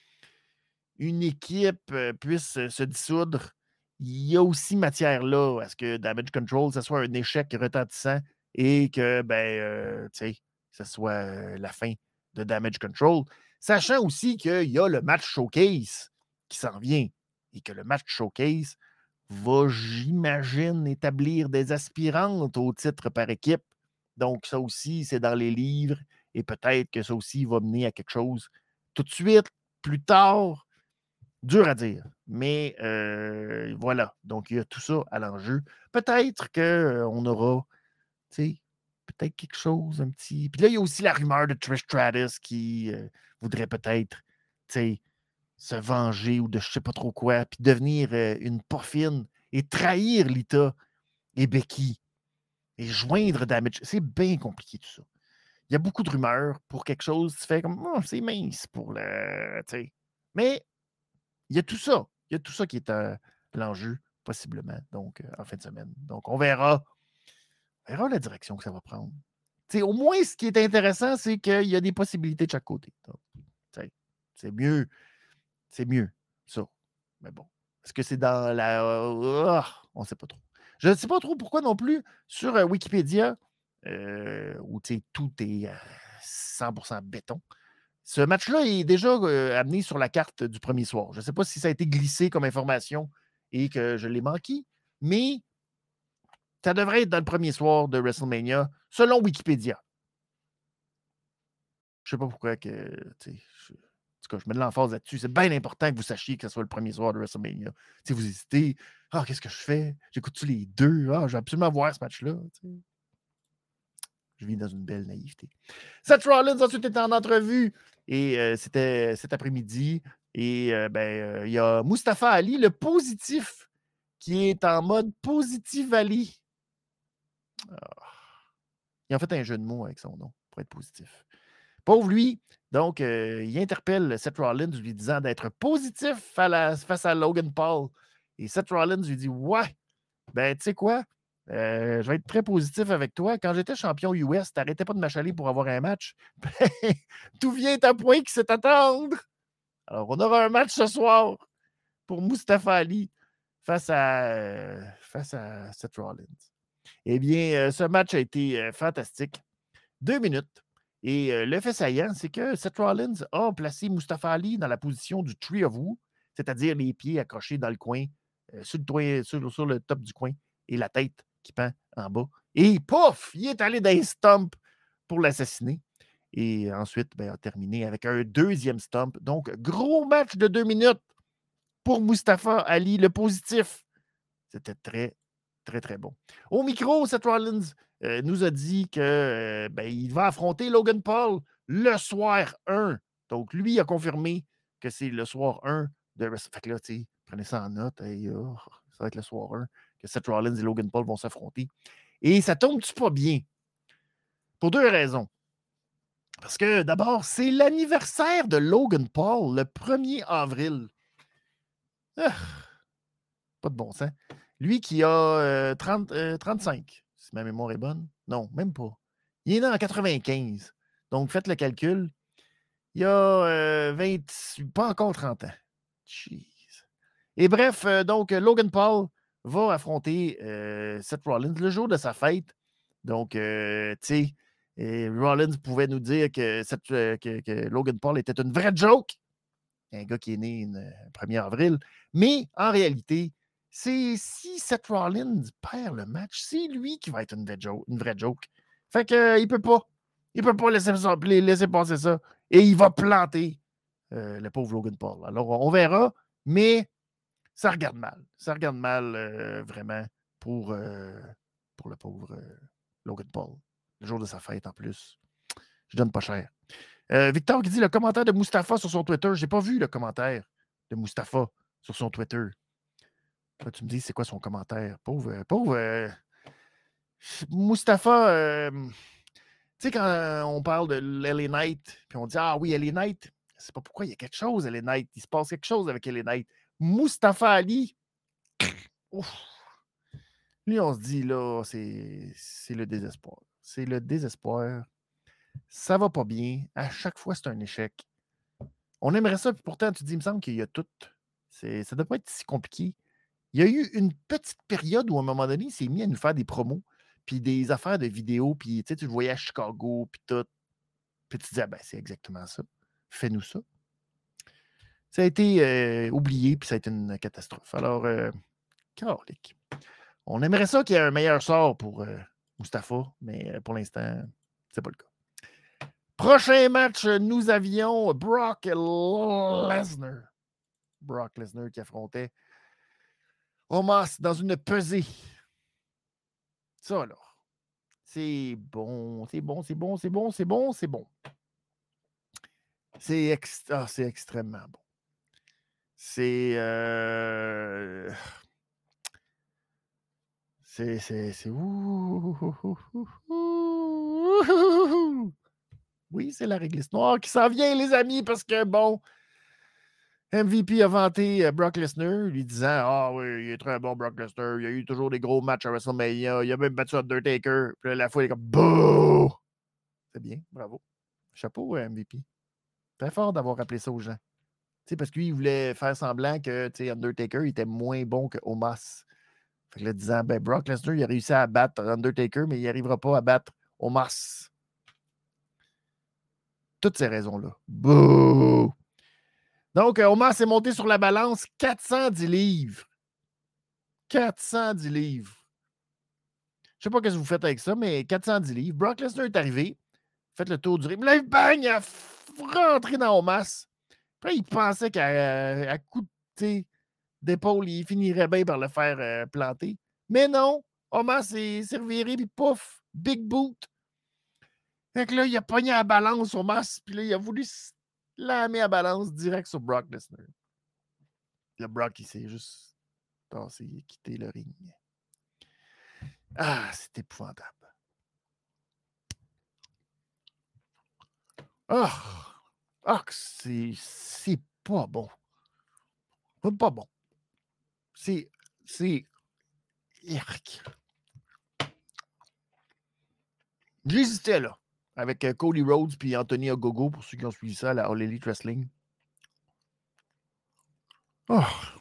qu'une équipe euh, puisse euh, se dissoudre, il y a aussi matière là à ce que Damage Control, ce soit un échec retentissant et que, ben, euh, tu sais, ce soit euh, la fin de Damage Control. Sachant aussi qu'il y a le match showcase qui s'en vient et que le match showcase va, j'imagine, établir des aspirantes au titre par équipe. Donc, ça aussi, c'est dans les livres et peut-être que ça aussi va mener à quelque chose tout de suite, plus tard. Dur à dire. Mais euh, voilà. Donc, il y a tout ça à l'enjeu. Peut-être qu'on aura, tu sais, peut-être quelque chose, un petit. Puis là, il y a aussi la rumeur de Trish Stratus qui euh, voudrait peut-être, tu sais, se venger ou de je sais pas trop quoi, puis devenir euh, une porfine et trahir Lita et Becky et joindre Damage. C'est bien compliqué tout ça. Il y a beaucoup de rumeurs pour quelque chose qui fait comme oh, c'est mince pour le. T'sais. Mais il y a tout ça. Il y a tout ça qui est euh, l'enjeu, possiblement, donc euh, en fin de semaine. Donc, on verra. On verra la direction que ça va prendre. T'sais, au moins, ce qui est intéressant, c'est qu'il y a des possibilités de chaque côté. Donc, c'est mieux. C'est mieux, ça. Mais bon. Est-ce que c'est dans la. Euh, on ne sait pas trop. Je ne sais pas trop pourquoi non plus sur euh, Wikipédia, euh, où tout est euh, cent pour cent béton. Ce match-là est déjà euh, amené sur la carte du premier soir. Je ne sais pas si ça a été glissé comme information et que je l'ai manqué, mais ça devrait être dans le premier soir de WrestleMania, selon Wikipédia. Je ne sais pas pourquoi que. Je, en tout cas, je mets de l'emphase là-dessus. C'est bien important que vous sachiez que ce soit le premier soir de WrestleMania. Si vous hésitez, ah, qu'est-ce que je fais? J'écoute-tu les deux? Ah, je vais absolument voir ce match-là. T'sais. Je vis dans une belle naïveté. Seth Rollins ensuite était en entrevue et euh, c'était cet après-midi. Et euh, ben, il euh, y a Mustafa Ali, le positif, qui est en mode positif Ali. Ah. Il a fait un jeu de mots avec son nom pour être positif. Pauvre lui, donc, euh, il interpelle Seth Rollins lui disant d'être positif à la, face à Logan Paul. Et Seth Rollins lui dit ouais, ben, tu sais quoi, euh, je vais être très positif avec toi. Quand j'étais champion U S, t'arrêtais pas de m'achaler pour avoir un match. Ben, tout vient à point qui c'est attendre. Alors, on aura un match ce soir pour Mustafa Ali face à, euh, face à Seth Rollins. Eh bien, euh, ce match a été euh, fantastique. Deux minutes. Et euh, le fait saillant, c'est que Seth Rollins a placé Mustafa Ali dans la position du Tree of Woe, c'est-à-dire les pieds accrochés dans le coin, euh, sur, le toit, sur, sur le top du coin, et la tête qui pend en bas. Et pouf, il est allé dans les stumps pour l'assassiner. Et ensuite, ben, a terminé avec un deuxième stump. Donc, gros match de deux minutes pour Mustafa Ali, le positif. C'était très, très, très bon. Au micro, Seth Rollins euh, nous a dit qu'il euh, ben, va affronter Logan Paul le soir un. Donc, lui a confirmé que c'est le soir un de WrestleMania. Fait que là, tu sais, prenez ça en note. Hey, oh, ça va être le soir un que Seth Rollins et Logan Paul vont s'affronter. Et ça tombe-tu pas bien? Pour deux raisons. Parce que d'abord, c'est l'anniversaire de Logan Paul le premier avril. Ah, pas de bon sens. Lui qui a euh, trente, euh, trente-cinq, si ma mémoire est bonne. Non, même pas. Il est né en quatre-vingt-quinze. Donc, faites le calcul. Il a euh, vingt, pas encore trente ans. Jeez. Et bref, euh, donc, Logan Paul va affronter euh, Seth Rollins le jour de sa fête. Donc, euh, tu sais, Rollins pouvait nous dire que, Seth, euh, que, que Logan Paul était une vraie joke. Un gars qui est né le premier avril. Mais en réalité, c'est si Seth Rollins perd le match, c'est lui qui va être une vraie joke. Une vraie joke. Fait qu'il euh, ne peut pas. Il ne peut pas laisser, laisser passer ça. Et il va planter euh, le pauvre Logan Paul. Alors, on verra, mais ça regarde mal. Ça regarde mal euh, vraiment pour, euh, pour le pauvre euh, Logan Paul. Le jour de sa fête, en plus. Je donne pas cher. Euh, Victor qui dit le commentaire de Mustapha sur son Twitter. J'ai pas vu le commentaire de Mustapha sur son Twitter. Là, tu me dis, c'est quoi son commentaire? Pauvre, pauvre... Euh, Mustapha... Euh, tu sais, quand on parle de L A Knight, puis on dit, ah oui, L A Knight, c'est pas pourquoi il y a quelque chose, L A Knight. Il se passe quelque chose avec L A Knight. Mustapha Ali, ouf, lui, on se dit, là, c'est, c'est le désespoir. C'est le désespoir. Ça va pas bien. À chaque fois, c'est un échec. On aimerait ça, puis pourtant, tu te dis, il me semble qu'il y a tout. C'est, ça ne doit pas être si compliqué. Il y a eu une petite période où, à un moment donné, il s'est mis à nous faire des promos, puis des affaires de vidéos, puis tu sais, tu le voyais à Chicago, puis tout. Puis tu te dis, ah ben, c'est exactement ça. Fais-nous ça. Ça a été euh, oublié, puis ça a été une catastrophe. Alors, euh, calique. On aimerait ça qu'il y ait un meilleur sort pour euh, Mustapha, mais euh, pour l'instant, c'est pas le cas. Prochain match, nous avions Brock Lesnar. Brock Lesnar qui affrontait Omos dans une pesée. Ça, alors. C'est bon, c'est bon, c'est bon, c'est bon, c'est bon, c'est bon. C'est ex- ah, c'est extrêmement bon. C'est... Euh... C'est... C'est... c'est... Oui, c'est la réglisse noire qui s'en vient, les amis, parce que, bon, M V P a vanté Brock Lesnar, lui disant « Ah oui, il est très bon, Brock Lesnar. Il y a eu toujours des gros matchs à WrestleMania. Il a même battu Undertaker. » Puis là, la fois, il est comme « Bouh! » C'est bien, bravo. Chapeau, M V P. Très fort d'avoir rappelé ça aux gens. T'sais, parce qu'il voulait faire semblant que Undertaker était moins bon que Omos. Fait que là, disant, ben, Brock Lesnar, il a réussi à battre Undertaker, mais il n'arrivera pas à battre Omos. Toutes ces raisons-là. Bouh! Donc, Omos est monté sur la balance quatre cent dix livres. quatre cent dix livres. Je sais pas ce que vous faites avec ça, mais quatre cent dix livres. Brock Lesnar est arrivé. Faites le tour du ring. Là, bang! Il a rentré dans Omos. Puis il pensait qu'à à coup de d'épaule, il finirait bien par le faire euh, planter. Mais non, Omos s'est reviré, puis pouf, big boot. Fait que là, il a pogné à la balance Omos, puis là, il a voulu slammer à balance direct sur Brock Lesnar. Le Brock, il s'est juste tassé, il a quitté le ring. Ah, c'est épouvantable. Ah, ah c'est, c'est pas bon. C'est pas bon. C'est, c'est, j'hésitais là, avec Cody Rhodes puis Anthony Ogogo, pour ceux qui ont suivi ça à la All Elite Wrestling. Oh.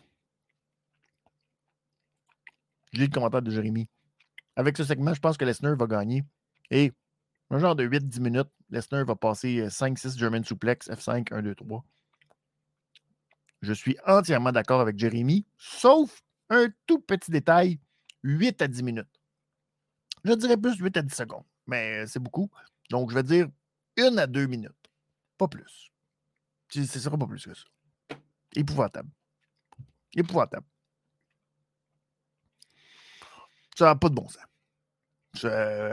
J'ai le commentaire de Jérémy. Avec ce segment, je pense que Lesnar va gagner. Et un genre de huit dix minutes, Lesnar va passer cinq six German Suplex, F cinq, un, deux, trois. Je suis entièrement d'accord avec Jérémy, sauf un tout petit détail, huit à dix minutes. Je dirais plus huit à dix secondes, mais c'est beaucoup. Donc, je vais dire une à deux minutes. Pas plus. Ce ne sera pas plus que ça. Épouvantable. Épouvantable. Ça n'a pas de bon sens. Ça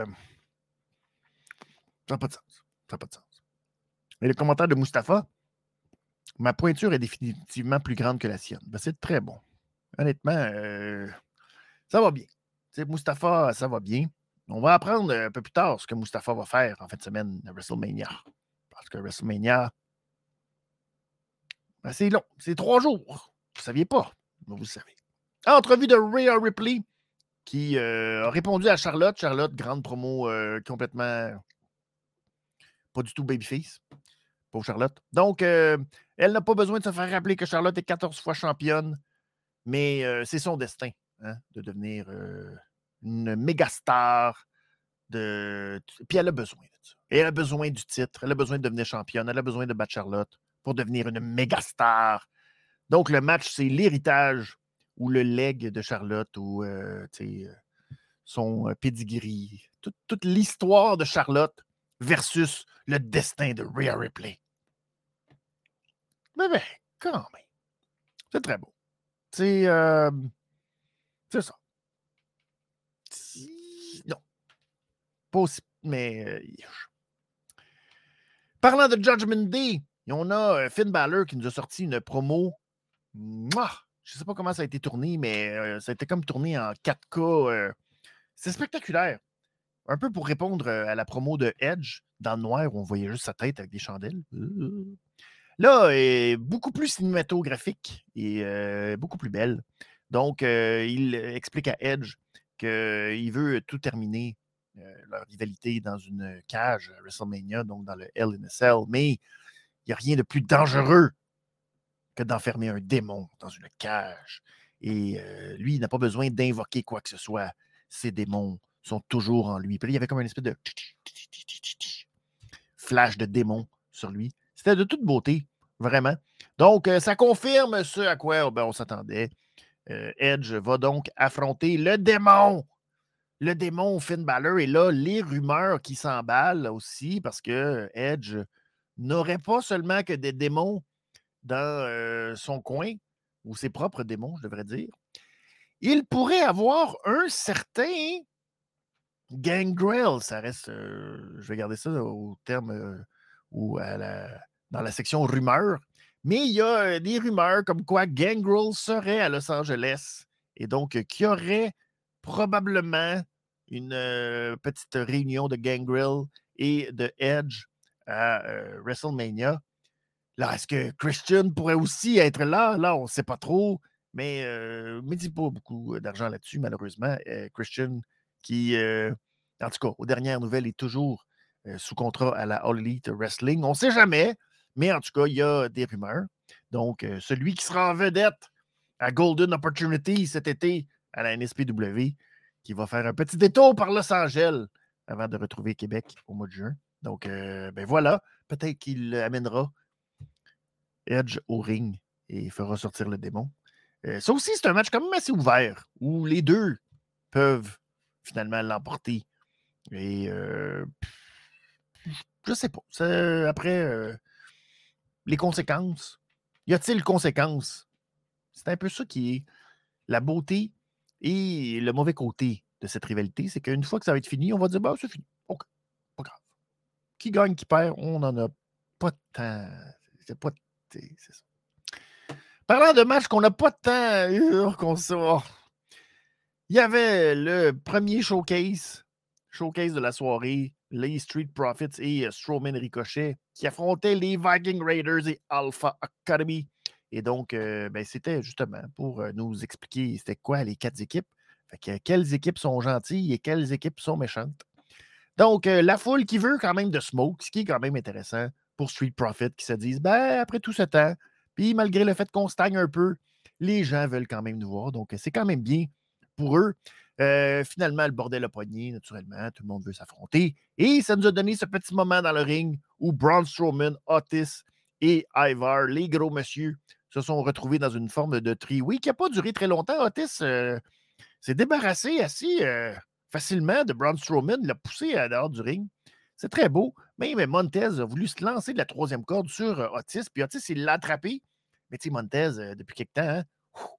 n'a pas de sens. Ça n'a pas de sens. Et le commentaire de Mustapha, ma pointure est définitivement plus grande que la sienne. Ben, c'est très bon. Honnêtement, euh, ça va bien. T'sais, Mustapha, ça va bien. On va apprendre un peu plus tard ce que Mustapha va faire en fin de semaine à WrestleMania. Parce que WrestleMania, ben, c'est long. C'est trois jours. Vous ne saviez pas. Mais vous le savez. Entrevue de Rhea Ripley qui euh, a répondu à Charlotte. Charlotte, grande promo euh, complètement pas du tout babyface. Pour Charlotte. Donc, euh, elle n'a pas besoin de se faire rappeler que Charlotte est quatorze fois championne, mais euh, c'est son destin hein, de devenir euh, une méga star. De... Puis elle a besoin de ça. Et elle a besoin du titre. Elle a besoin de devenir championne. Elle a besoin de battre Charlotte pour devenir une méga star. Donc, le match, c'est l'héritage ou le leg de Charlotte ou euh, son euh, pedigree. Toute, toute l'histoire de Charlotte versus le destin de Rhea Ripley. Mais ben, quand même. C'est très beau. C'est euh, c'est ça. Non. Pas aussi, mais... Euh, Parlant de Judgment Day, on a Finn Balor qui nous a sorti une promo. Mouah! Je ne sais pas comment ça a été tourné, mais euh, ça a été comme tourné en quatre K. Euh, c'est spectaculaire. Un peu pour répondre à la promo de Edge, dans le noir, où on voyait juste sa tête avec des chandelles. Euh. Là, est beaucoup plus cinématographique et euh, beaucoup plus belle. Donc, euh, il explique à Edge qu'il veut tout terminer, euh, leur rivalité, dans une cage à WrestleMania, donc dans le Hell in a Cell. Mais il n'y a rien de plus dangereux que d'enfermer un démon dans une cage. Et euh, lui, il n'a pas besoin d'invoquer quoi que ce soit. Ces démons sont toujours en lui. Puis là, il y avait comme une espèce de flash de démon sur lui. C'était de toute beauté, vraiment. Donc, euh, ça confirme ce à quoi oh, ben, on s'attendait. Euh, Edge va donc affronter le démon. Le démon Finn Balor. Et là, les rumeurs qui s'emballent aussi, parce que Edge n'aurait pas seulement que des démons dans euh, son coin, ou ses propres démons, je devrais dire. Il pourrait avoir un certain Gangrel. Ça reste, euh, je vais garder ça au terme euh, ou à la, dans la section rumeurs. Mais il y a euh, des rumeurs comme quoi Gangrel serait à Los Angeles et donc euh, qu'il y aurait probablement une euh, petite réunion de Gangrel et de Edge à euh, WrestleMania. Là, est-ce que Christian pourrait aussi être là? Là, on ne sait pas trop, mais euh, ne me dit pas beaucoup d'argent là-dessus, malheureusement. Euh, Christian, qui, euh, en tout cas, aux dernières nouvelles, est toujours euh, sous contrat à la All Elite Wrestling. On ne sait jamais, mais en tout cas, il y a des rumeurs. Donc, euh, celui qui sera en vedette à Golden Opportunity cet été à la N S P W, qui va faire un petit détour par Los Angeles avant de retrouver Québec au mois de juin. Donc, euh, ben voilà, peut-être qu'il amènera Edge au ring et fera sortir le démon. Euh, ça aussi, c'est un match quand même assez ouvert où les deux peuvent finalement l'emporter. Et euh, je sais pas. C'est, après, euh, les conséquences. Y a-t-il conséquences? C'est un peu ça qui est la beauté et le mauvais côté de cette rivalité. C'est qu'une fois que ça va être fini, on va dire, bah, c'est fini. OK, pas grave. Qui gagne, qui perd, on n'en a pas tant. C'est pas. C'est ça. Parlant de matchs qu'on n'a pas de temps qu'on sort, il y avait le premier showcase, showcase de la soirée, les Street Profits et Strowman Ricochet qui affrontaient les Viking Raiders et Alpha Academy. Et donc, euh, ben, c'était justement pour nous expliquer c'était quoi les quatre équipes. Fait que, quelles équipes sont gentilles et quelles équipes sont méchantes. Donc, euh, la foule qui veut quand même de smoke, ce qui est quand même intéressant pour Street Profits qui se disent, ben, après tout ce temps, puis malgré le fait qu'on stagne un peu, les gens veulent quand même nous voir. Donc, c'est quand même bien pour eux. Euh, finalement, le bordel a pogné, naturellement. Tout le monde veut s'affronter. Et ça nous a donné ce petit moment dans le ring où Braun Strowman, Otis et Ivar, les gros monsieur, se sont retrouvés dans une forme de three-way qui n'a pas duré très longtemps. Otis euh, s'est débarrassé assez euh, facilement de Braun Strowman, l'a poussé à dehors du ring. C'est très beau. Même Montez a voulu se lancer de la troisième corde sur euh, Otis, puis Otis, il l'a attrapé. Mais tu sais, Montez, euh, depuis quelque temps, hein,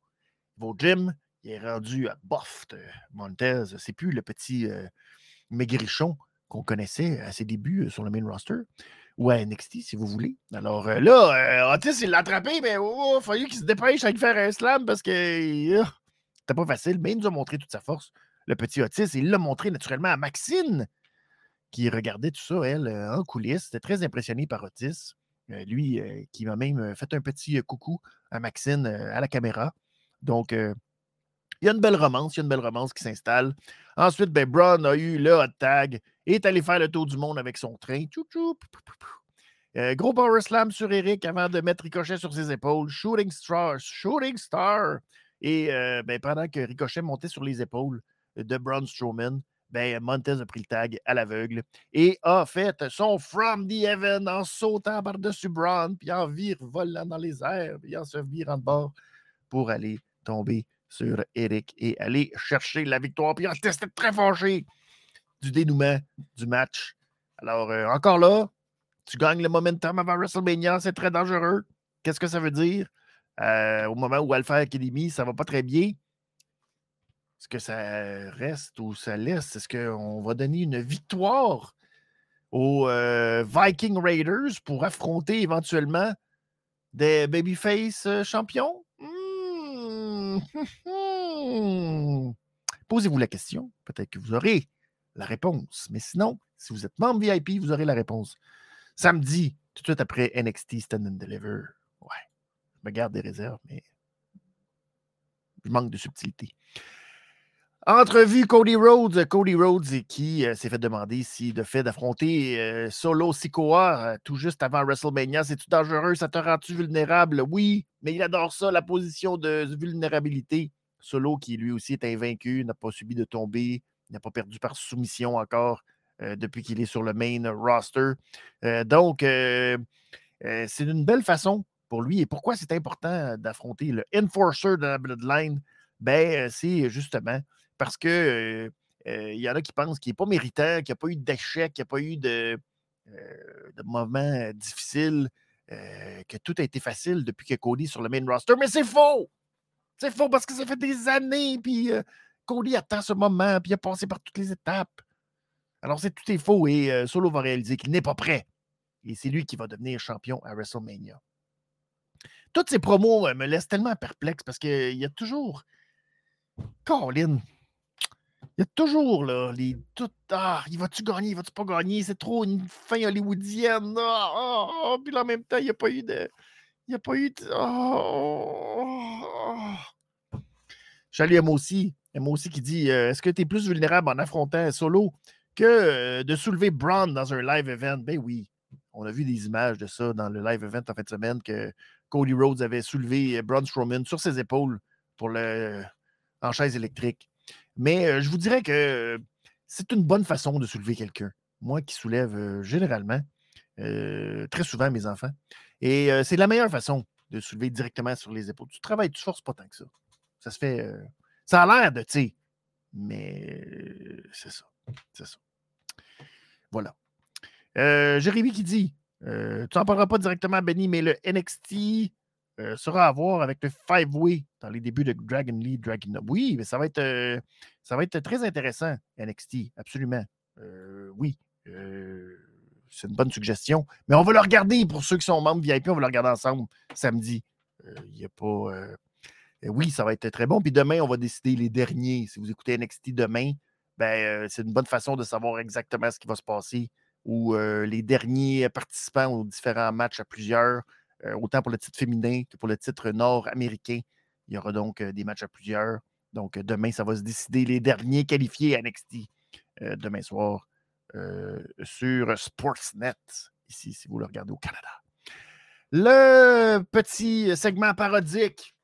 il va au gym, il est rendu à bof. Euh, Montez, c'est plus le petit euh, maigrichon qu'on connaissait à ses débuts euh, sur le main roster, ou à N X T, si vous voulez. Alors euh, là, euh, Otis, il l'a attrapé, mais oh, il a fallu qu'il se dépêche à lui faire un slam parce que euh, c'était pas facile, mais il nous a montré toute sa force. Le petit Otis, il l'a montré naturellement à Maxine, qui regardait tout ça, elle, euh, en coulisses. C'était très impressionné par Otis. Euh, lui, euh, qui m'a même fait un petit euh, coucou à Maxine euh, à la caméra. Donc, euh, il y a une belle romance, il y a une belle romance qui s'installe. Ensuite, ben, Braun a eu le hot tag et est allé faire le tour du monde avec son train. Tchou, tchou, pou, pou, pou. Euh, gros power slam sur Eric avant de mettre Ricochet sur ses épaules. Shooting star. Shooting star. Et euh, ben, pendant que Ricochet montait sur les épaules de Braun Strowman, ben, Montez a pris le tag à l'aveugle et a fait son From the Heaven en sautant par-dessus Braun, puis en virevolant dans les airs, puis en se virant de bord pour aller tomber sur Eric et aller chercher la victoire. Puis Otis était très fâché du dénouement du match. Alors, euh, encore là, tu gagnes le momentum avant WrestleMania, c'est très dangereux. Qu'est-ce que ça veut dire? Euh, au moment où Alpha Academy, ça va pas très bien. Est-ce que ça reste ou ça laisse? Est-ce qu'on va donner une victoire aux euh, Viking Raiders pour affronter éventuellement des Babyface euh, champions? Hmm. Posez-vous la question. Peut-être que vous aurez la réponse. Mais sinon, si vous êtes membre V I P, vous aurez la réponse. Samedi, tout de suite après N X T Stand and Deliver. Ouais, je me garde des réserves, mais je manque de subtilité. Entrevue Cody Rhodes. Cody Rhodes qui euh, s'est fait demander si de fait d'affronter euh, Solo Sikoa euh, tout juste avant WrestleMania, c'est-tu dangereux? Ça te rend-tu vulnérable? Oui, mais il adore ça, la position de vulnérabilité. Solo qui lui aussi est invaincu, n'a pas subi de tombée, n'a pas perdu par soumission encore euh, depuis qu'il est sur le main roster. Euh, donc, euh, euh, c'est une belle façon pour lui. Et pourquoi c'est important d'affronter le Enforcer de la Bloodline? Ben, c'est justement parce que euh, euh, y en a qui pensent qu'il n'est pas méritant, qu'il n'y a pas eu d'échec, qu'il n'y a pas eu de, euh, de moments difficiles, euh, que tout a été facile depuis que Cody est sur le main roster. Mais c'est faux! C'est faux parce que ça fait des années, puis euh, Cody attend ce moment, puis il a passé par toutes les étapes. Alors, c'est tout est faux et euh, Solo va réaliser qu'il n'est pas prêt. Et c'est lui qui va devenir champion à WrestleMania. Toutes ces promos euh, me laissent tellement perplexe parce qu'il y a toujours... Colin, il y a toujours, là, les... Tout... Ah, il va-tu gagner, il va-tu pas gagner? C'est trop une fin hollywoodienne. Ah, ah, ah. Puis là, en même temps, il n'y a pas eu de... Il n'y a pas eu de... Oh, oh. Salut M aussi. M aussi qui dit euh, est-ce que tu es plus vulnérable en affrontant Solo que euh, de soulever Braun dans un live event? Ben oui. On a vu des images de ça dans le live event en fin de semaine que Cody Rhodes avait soulevé Braun Strowman sur ses épaules pour le... en chaise électrique. Mais euh, je vous dirais que euh, c'est une bonne façon de soulever quelqu'un. Moi qui soulève euh, généralement, euh, très souvent mes enfants. Et euh, c'est la meilleure façon de soulever directement sur les épaules. Tu travailles, tu ne forces pas tant que ça. Ça se fait... Euh, ça a l'air de, tu sais, mais euh, c'est ça. C'est ça. Voilà. Euh, Jérémy qui dit euh, tu n'en parleras pas directement à Benny, mais le N X T euh, sera à voir avec le Five-Way dans les débuts de Dragon Lee, Dragon Up. Oui, mais ça va être, euh, ça va être très intéressant, N X T, absolument. Euh, oui. Euh, c'est une bonne suggestion. Mais on va le regarder pour ceux qui sont membres V I P, on va le regarder ensemble samedi. Il euh, n'y a pas. Euh, oui, ça va être très bon. Puis demain, on va décider les derniers. Si vous écoutez N X T demain, ben, euh, c'est une bonne façon de savoir exactement ce qui va se passer. Ou euh, les derniers participants aux différents matchs à plusieurs, euh, autant pour le titre féminin que pour le titre nord-américain. Il y aura donc euh, des matchs à plusieurs. Donc, euh, demain, ça va se décider les derniers qualifiés à N X T euh, demain soir euh, sur Sportsnet, ici, si vous le regardez au Canada. Le petit segment parodique.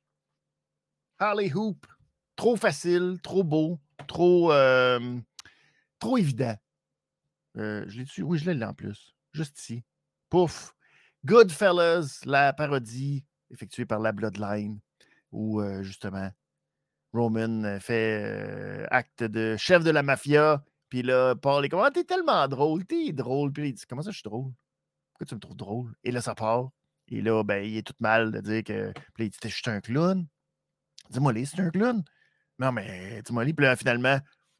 Harley Hoop. Trop facile, trop beau, trop, euh, trop évident. Euh, je l'ai dessus? Oui, je l'ai là en plus. Juste ici. Pouf. Goodfellas, la parodie effectuée par la Bloodline, où euh, justement Roman fait euh, acte de chef de la mafia. Puis là, Paul est comme ah, t'es tellement drôle, t'es drôle. Puis là, il dit comment ça, je suis drôle? Pourquoi tu me trouves drôle? Et là, ça part. Et là, ben, il est tout mal de dire que. Puis là, il dit je suis un clown. Dis-moi, c'est un clown. Non, mais dis-moi, puis là, finalement.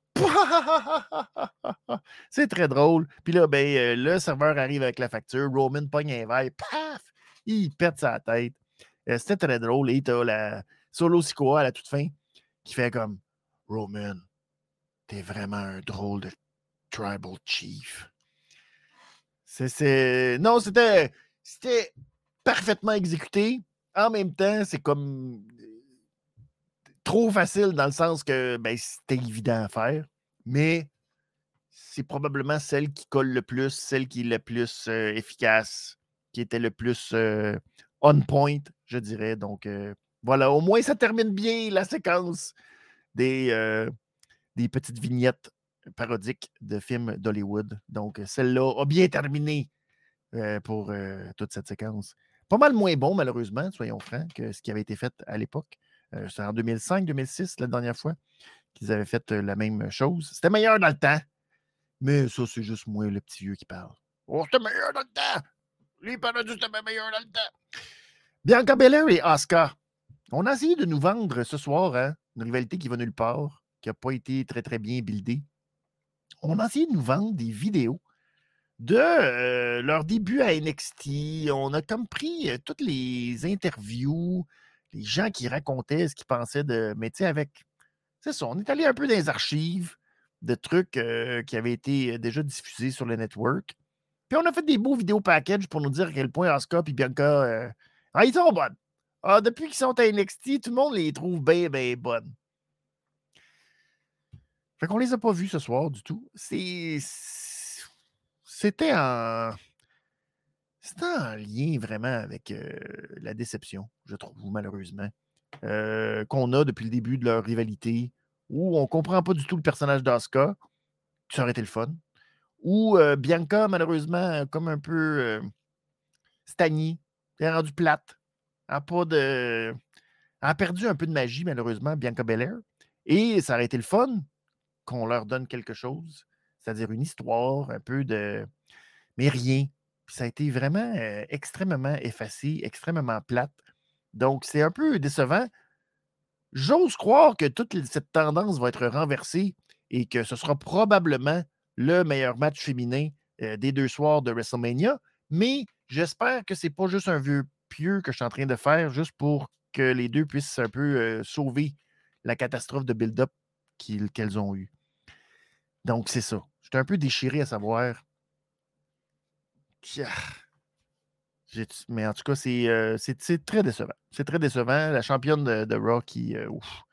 C'est très drôle. Puis là, ben, euh, le serveur arrive avec la facture. Roman pogne un verre. Paf! Il pète sa tête. Euh, C'était très drôle. Et t'as la Solo Sikoa à la toute fin qui fait comme Roman, t'es vraiment un drôle de tribal chief. C'est, c'est... Non, c'était, c'était parfaitement exécuté. En même temps, c'est comme trop facile dans le sens que ben, c'était évident à faire. Mais c'est probablement celle qui colle le plus, celle qui est le plus euh, efficace, qui était le plus euh, on point, je dirais. Donc, euh, voilà, au moins, ça termine bien la séquence des, euh, des petites vignettes parodiques de films d'Hollywood. Donc, celle-là a bien terminé euh, pour euh, toute cette séquence. Pas mal moins bon, malheureusement, soyons francs, que ce qui avait été fait à l'époque. Euh, C'était en deux mille cinq deux mille six, la dernière fois, qu'ils avaient fait euh, la même chose. C'était meilleur dans le temps. Mais ça, c'est juste moi, le petit vieux qui parle. Oh, c'était meilleur dans le temps! Les parodies, c'était meilleur dans le temps! Bianca Belair et Asuka. On a essayé de nous vendre ce soir, hein, Une rivalité qui va nulle part, qui n'a pas été très, très bien buildée. On a essayé de nous vendre des vidéos de euh, leur début à N X T. On a comme pris euh, toutes les interviews, les gens qui racontaient ce qu'ils pensaient de... Mais tu sais, avec... C'est ça, on est allé un peu dans les archives de trucs euh, qui avaient été déjà diffusés sur le network. Puis on a fait des beaux vidéos package pour nous dire à quel point Asuka et Bianca... Euh, ah, ils sont bonnes. Ah, depuis qu'ils sont à N X T, tout le monde les trouve bien, bien bonnes. Fait qu'on les a pas vus ce soir du tout. C'est... C'était en... C'était en lien vraiment avec euh, la déception, je trouve, malheureusement, euh, qu'on a depuis le début de leur rivalité, où on comprend pas du tout le personnage d'Asuka, ça aurait été le fun, où euh, Bianca, malheureusement, comme un peu euh, stagnée, elle est rendue plate, elle a, pas de... elle a perdu un peu de magie, malheureusement, Bianca Belair, et ça aurait été le fun qu'on leur donne quelque chose, c'est-à-dire une histoire, un peu de... Mais rien. Puis ça a été vraiment euh, extrêmement effacé, extrêmement plate. Donc, c'est un peu décevant. J'ose croire que toute cette tendance va être renversée et que ce sera probablement le meilleur match féminin euh, des deux soirs de WrestleMania. Mais j'espère que ce n'est pas juste un vœu pieux que je suis en train de faire juste pour que les deux puissent un peu euh, sauver la catastrophe de build-up qu'ils, qu'elles ont eue. Donc, c'est ça. J'étais un peu déchiré à savoir. J'ai, mais en tout cas, c'est, euh, c'est, c'est très décevant. C'est très décevant. La championne de, de Raw qui. Euh, ouf.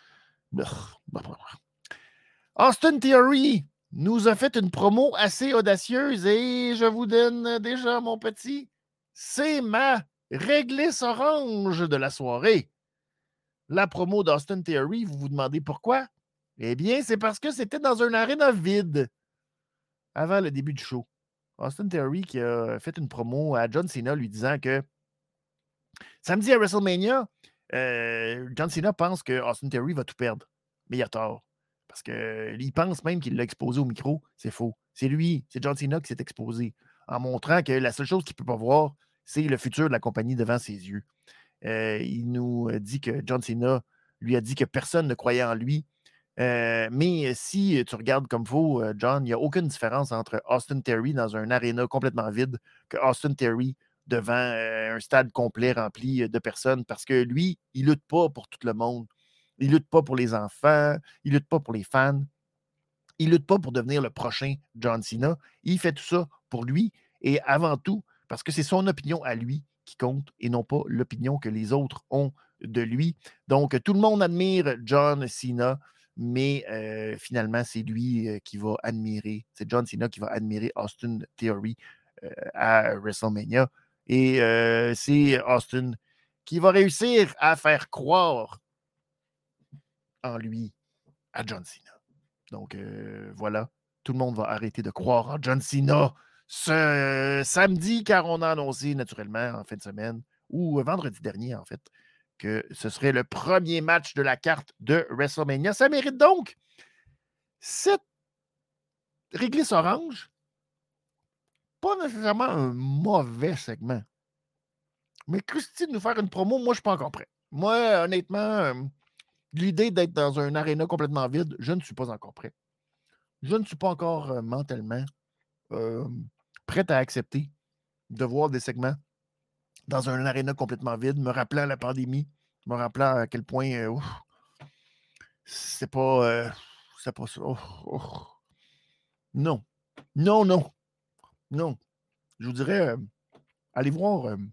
Austin Theory nous a fait une promo assez audacieuse et je vous donne déjà, mon petit, c'est ma réglisse orange de la soirée. La promo d'Austin Theory, vous vous demandez pourquoi? Eh bien, c'est parce que c'était dans un aréna vide avant le début du show. Austin Theory qui a fait une promo à John Cena lui disant que samedi à WrestleMania, euh, John Cena pense que Austin Theory va tout perdre. Mais il a tort. Parce qu'il pense même qu'il l'a exposé au micro. C'est faux. C'est lui, c'est John Cena qui s'est exposé en montrant que la seule chose qu'il ne peut pas voir, c'est le futur de la compagnie devant ses yeux. Euh, il nous dit que John Cena lui a dit que personne ne croyait en lui. Euh, mais si tu regardes comme faut, John, il n'y a aucune différence entre Austin Theory dans un aréna complètement vide que Austin Theory devant euh, un stade complet rempli de personnes parce que lui, il ne lutte pas pour tout le monde. Il ne lutte pas pour les enfants. Il ne lutte pas pour les fans. Il ne lutte pas pour devenir le prochain John Cena. Il fait tout ça pour lui et avant tout parce que c'est son opinion à lui qui compte et non pas l'opinion que les autres ont de lui. Donc, tout le monde admire John Cena, mais euh, finalement, c'est lui euh, qui va admirer, c'est John Cena qui va admirer Austin Theory euh, à WrestleMania. Et euh, c'est Austin qui va réussir à faire croire en lui à John Cena. Donc, euh, voilà. Tout le monde va arrêter de croire en John Cena ce euh, samedi, car on a annoncé naturellement en fin de semaine, ou vendredi dernier, en fait, que ce serait le premier match de la carte de WrestleMania. Ça mérite donc cette réglisse orange. Pas nécessairement un mauvais segment. Mais Christy, de nous faire une promo, moi, je ne suis pas encore prêt. Moi, honnêtement, euh, l'idée d'être dans un aréna complètement vide, je ne suis pas encore prêt. Je ne suis pas encore euh, mentalement euh, prêt à accepter de voir des segments dans un aréna complètement vide, me rappelant la pandémie, me rappelant à quel point euh, ouf, c'est pas, euh, c'est pas ça. Oh, oh. Non. Non, non. Non. Je vous dirais, euh, allez voir euh,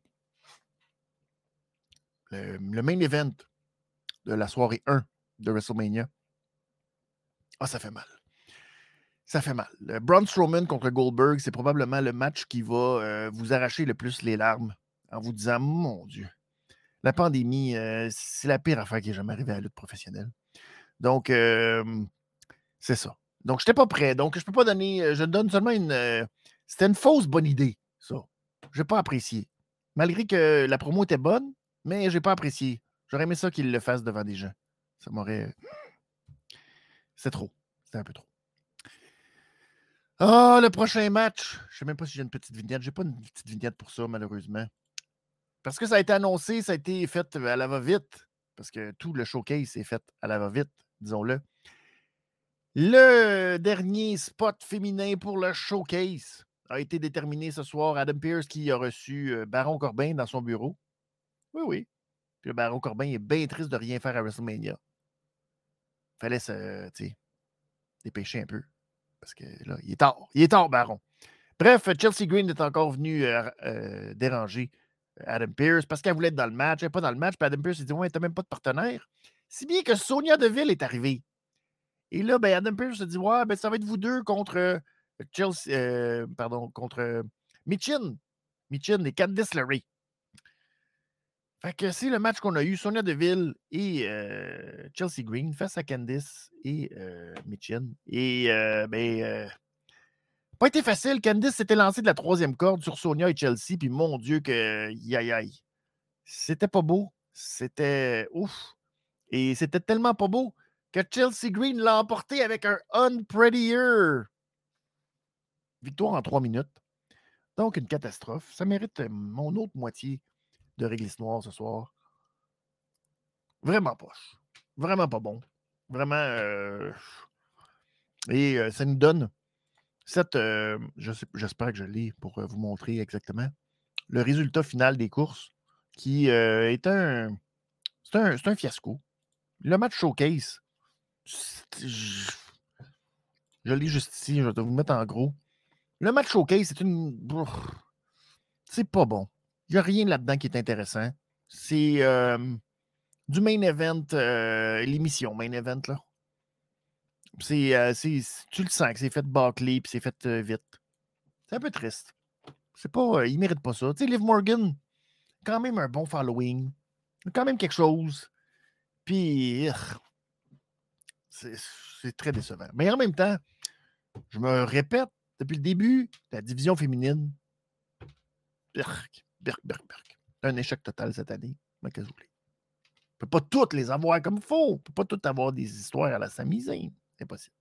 le, le main event de la soirée un de WrestleMania. Ah, ça fait mal. Ça fait mal. Le Braun Strowman contre Goldberg, c'est probablement le match qui va euh, vous arracher le plus les larmes en vous disant, mon Dieu, la pandémie, euh, c'est la pire affaire qui est jamais arrivée à la lutte professionnelle. Donc, euh, c'est ça. Donc, je n'étais pas prêt. Donc, je ne peux pas donner, je donne seulement une... Euh, c'était une fausse bonne idée, ça. Je n'ai pas apprécié. Malgré que la promo était bonne, mais je n'ai pas apprécié. J'aurais aimé ça qu'il le fasse devant des gens. Ça m'aurait... C'est trop. C'était un peu trop. Ah, oh, le prochain match. Je ne sais même pas si j'ai une petite vignette. Je n'ai pas une petite vignette pour ça, malheureusement. Parce que ça a été annoncé, ça a été fait à la va-vite. parce que tout le showcase s'est fait à la va-vite, disons-le. Le dernier spot féminin pour le showcase a été déterminé ce soir. Adam Pearce qui a reçu euh, Baron Corbin dans son bureau. Oui, oui. Puis le Baron Corbin est bien triste de rien faire à WrestleMania. Fallait se, tu sais, dépêcher un peu. Parce que là, il est tard. Il est tard, Baron. Bref, Chelsea Green est encore venu euh, euh, déranger Adam Pearce parce qu'elle voulait être dans le match. Elle n'est pas dans le match. Puis Adam Pearce, il dit: ouais, t'as même pas de partenaire. Si bien que Sonia Deville est arrivée. Et là, ben, Adam Pearce se dit: ouais, ben, ça va être vous deux contre euh, Chelsea, euh, pardon, contre euh, Michin. Michin et Candice LeRae. Fait que c'est le match qu'on a eu, Sonia Deville et euh, Chelsea Green face à Candice et euh, Michin. Et euh, ben, euh, pas été facile. Candice s'était lancé de la troisième corde sur Sonia et Chelsea, puis mon Dieu que aïe aïe. C'était pas beau. C'était ouf. Et c'était tellement pas beau que Chelsea Green l'a emporté avec un Unprettier. Victoire en trois minutes. Donc, une catastrophe. Ça mérite mon autre moitié de réglisse noire ce soir. Vraiment poche. Vraiment pas bon. Vraiment. Euh... Et euh, ça nous donne cette. Euh, je sais, j'espère que je l'ai pour euh, vous montrer exactement le résultat final des courses qui euh, est un. C'est un, c'est un fiasco. Le match showcase, je, je l'ai juste ici, je vais vous mettre en gros. Le match showcase, c'est une. C'est pas bon. Il n'y a rien là-dedans qui est intéressant. C'est euh, du main event, euh, l'émission main event, là. C'est, euh, c'est, tu le sens que c'est fait bâclé puis c'est fait euh, vite. C'est un peu triste. C'est pas, euh, il mérite pas ça. Tu sais, Liv Morgan, quand même un bon following. Quand même quelque chose. Puis, c'est, c'est très décevant. Mais en même temps, je me répète, depuis le début, la division féminine, birk, birk, birk, birk. Un échec total cette année. Mais qu'est-ce que vous voulez? On ne peut pas toutes les avoir comme il faut. On ne peut pas toutes avoir des histoires à la Sami Zayn. C'est impossible.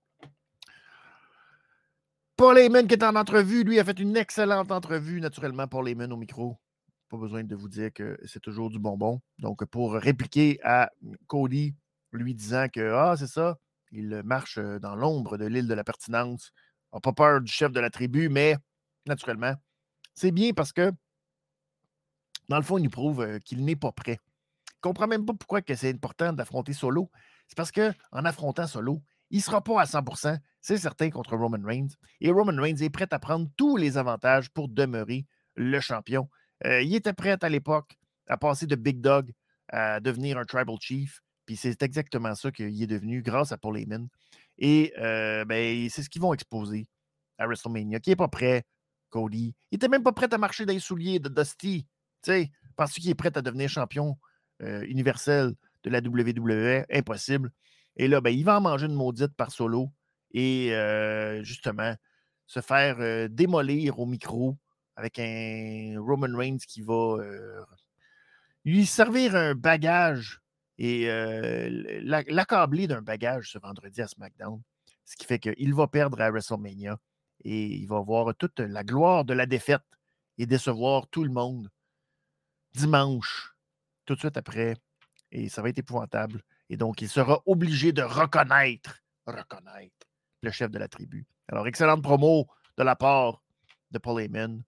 Paul Heyman qui est en entrevue, lui a fait une excellente entrevue, naturellement, Paul Heyman au micro. Pas besoin de vous dire que c'est toujours du bonbon. Donc, pour répliquer à Cody, lui disant que, ah, c'est ça, il marche dans l'ombre de l'île de la pertinence, n'a pas peur du chef de la tribu, mais, naturellement, c'est bien parce que, dans le fond, il nous prouve qu'il n'est pas prêt. Il ne comprend même pas pourquoi que c'est important d'affronter Solo. C'est parce qu'en affrontant Solo, il ne sera pas à cent pour cent, c'est certain, contre Roman Reigns. Et Roman Reigns est prêt à prendre tous les avantages pour demeurer le champion. Euh, il était prêt à l'époque à passer de Big Dog à devenir un Tribal Chief. Puis c'est exactement ça qu'il est devenu grâce à Paul Heyman. Et euh, ben, c'est ce qu'ils vont exposer à WrestleMania. Qui n'est pas prêt, Cody. Il n'était même pas prêt à marcher dans les souliers de Dusty. Tu sais, penses-tu qu'il est prêt à devenir champion euh, universel de la W W E? Impossible. Et là, ben, il va en manger une maudite par Solo et euh, justement se faire euh, démolir au micro avec un Roman Reigns qui va euh, lui servir un bagage et euh, l'accabler d'un bagage ce vendredi à SmackDown. Ce qui fait qu'il va perdre à WrestleMania et il va avoir toute la gloire de la défaite et décevoir tout le monde dimanche, tout de suite après. Et ça va être épouvantable. Et donc, il sera obligé de reconnaître, reconnaître le chef de la tribu. Alors, excellente promo de la part de Paul Heyman.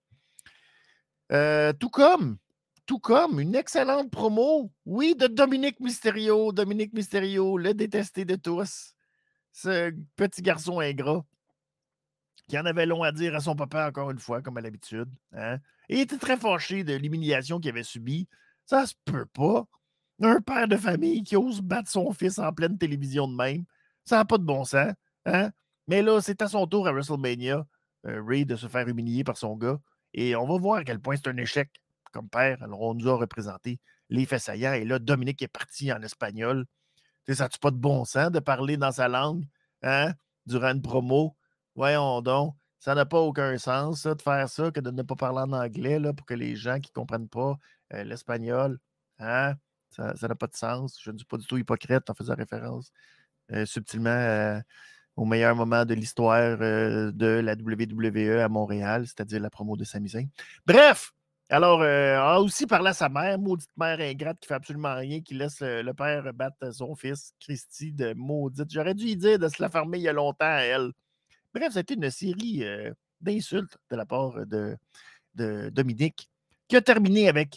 Euh, tout comme, tout comme une excellente promo, oui, de Dominique Mysterio. Dominique Mysterio, le détesté de tous. Ce petit garçon ingrat qui en avait long à dire à son papa, encore une fois, comme à l'habitude. Hein? Et il était très fâché de l'humiliation qu'il avait subie. Ça se peut pas. Un père de famille qui ose battre son fils en pleine télévision de même. Ça n'a pas de bon sens. Hein? Mais là, c'est à son tour à WrestleMania, euh, Ray, de se faire humilier par son gars. Et on va voir à quel point c'est un échec comme père. Alors, on nous a représenté les faits saillants. Et là, Dominique est parti en espagnol. Tu sais, ça n'a pas de bon sens de parler dans sa langue hein? Durant une promo. Voyons donc. Ça n'a pas aucun sens, ça, de faire ça, que de ne pas parler en anglais là, pour que les gens qui ne comprennent pas euh, l'espagnol, hein? Ça n'a pas de sens. Je ne suis pas du tout hypocrite en faisant référence euh, subtilement euh, au meilleur moment de l'histoire euh, de la W W E à Montréal, c'est-à-dire la promo de Sami Zayn. Bref, Alors, euh, a aussi parlé à sa mère, maudite mère ingrate qui fait absolument rien, qui laisse le, le père battre son fils, Christy, de maudite. J'aurais dû lui dire de se la fermer il y a longtemps à elle. Bref, c'était une série euh, d'insultes de la part de, de Dominique qui a terminé avec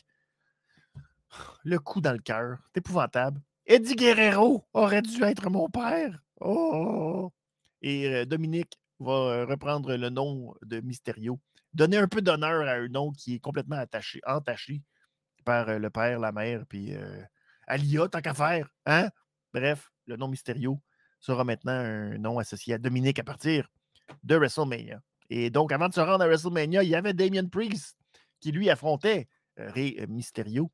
le coup dans le cœur. C'est épouvantable. Eddie Guerrero aurait dû être mon père. Oh! Et euh, Dominique va euh, reprendre le nom de Mysterio. Donner un peu d'honneur à un nom qui est complètement attaché, entaché par euh, le père, la mère, puis euh, Alia, tant qu'à faire. Hein? Bref, le nom Mysterio sera maintenant un nom associé à Dominique à partir de WrestleMania. Et donc, avant de se rendre à WrestleMania, il y avait Damien Priest qui, lui, affrontait euh, Rey Mysterio.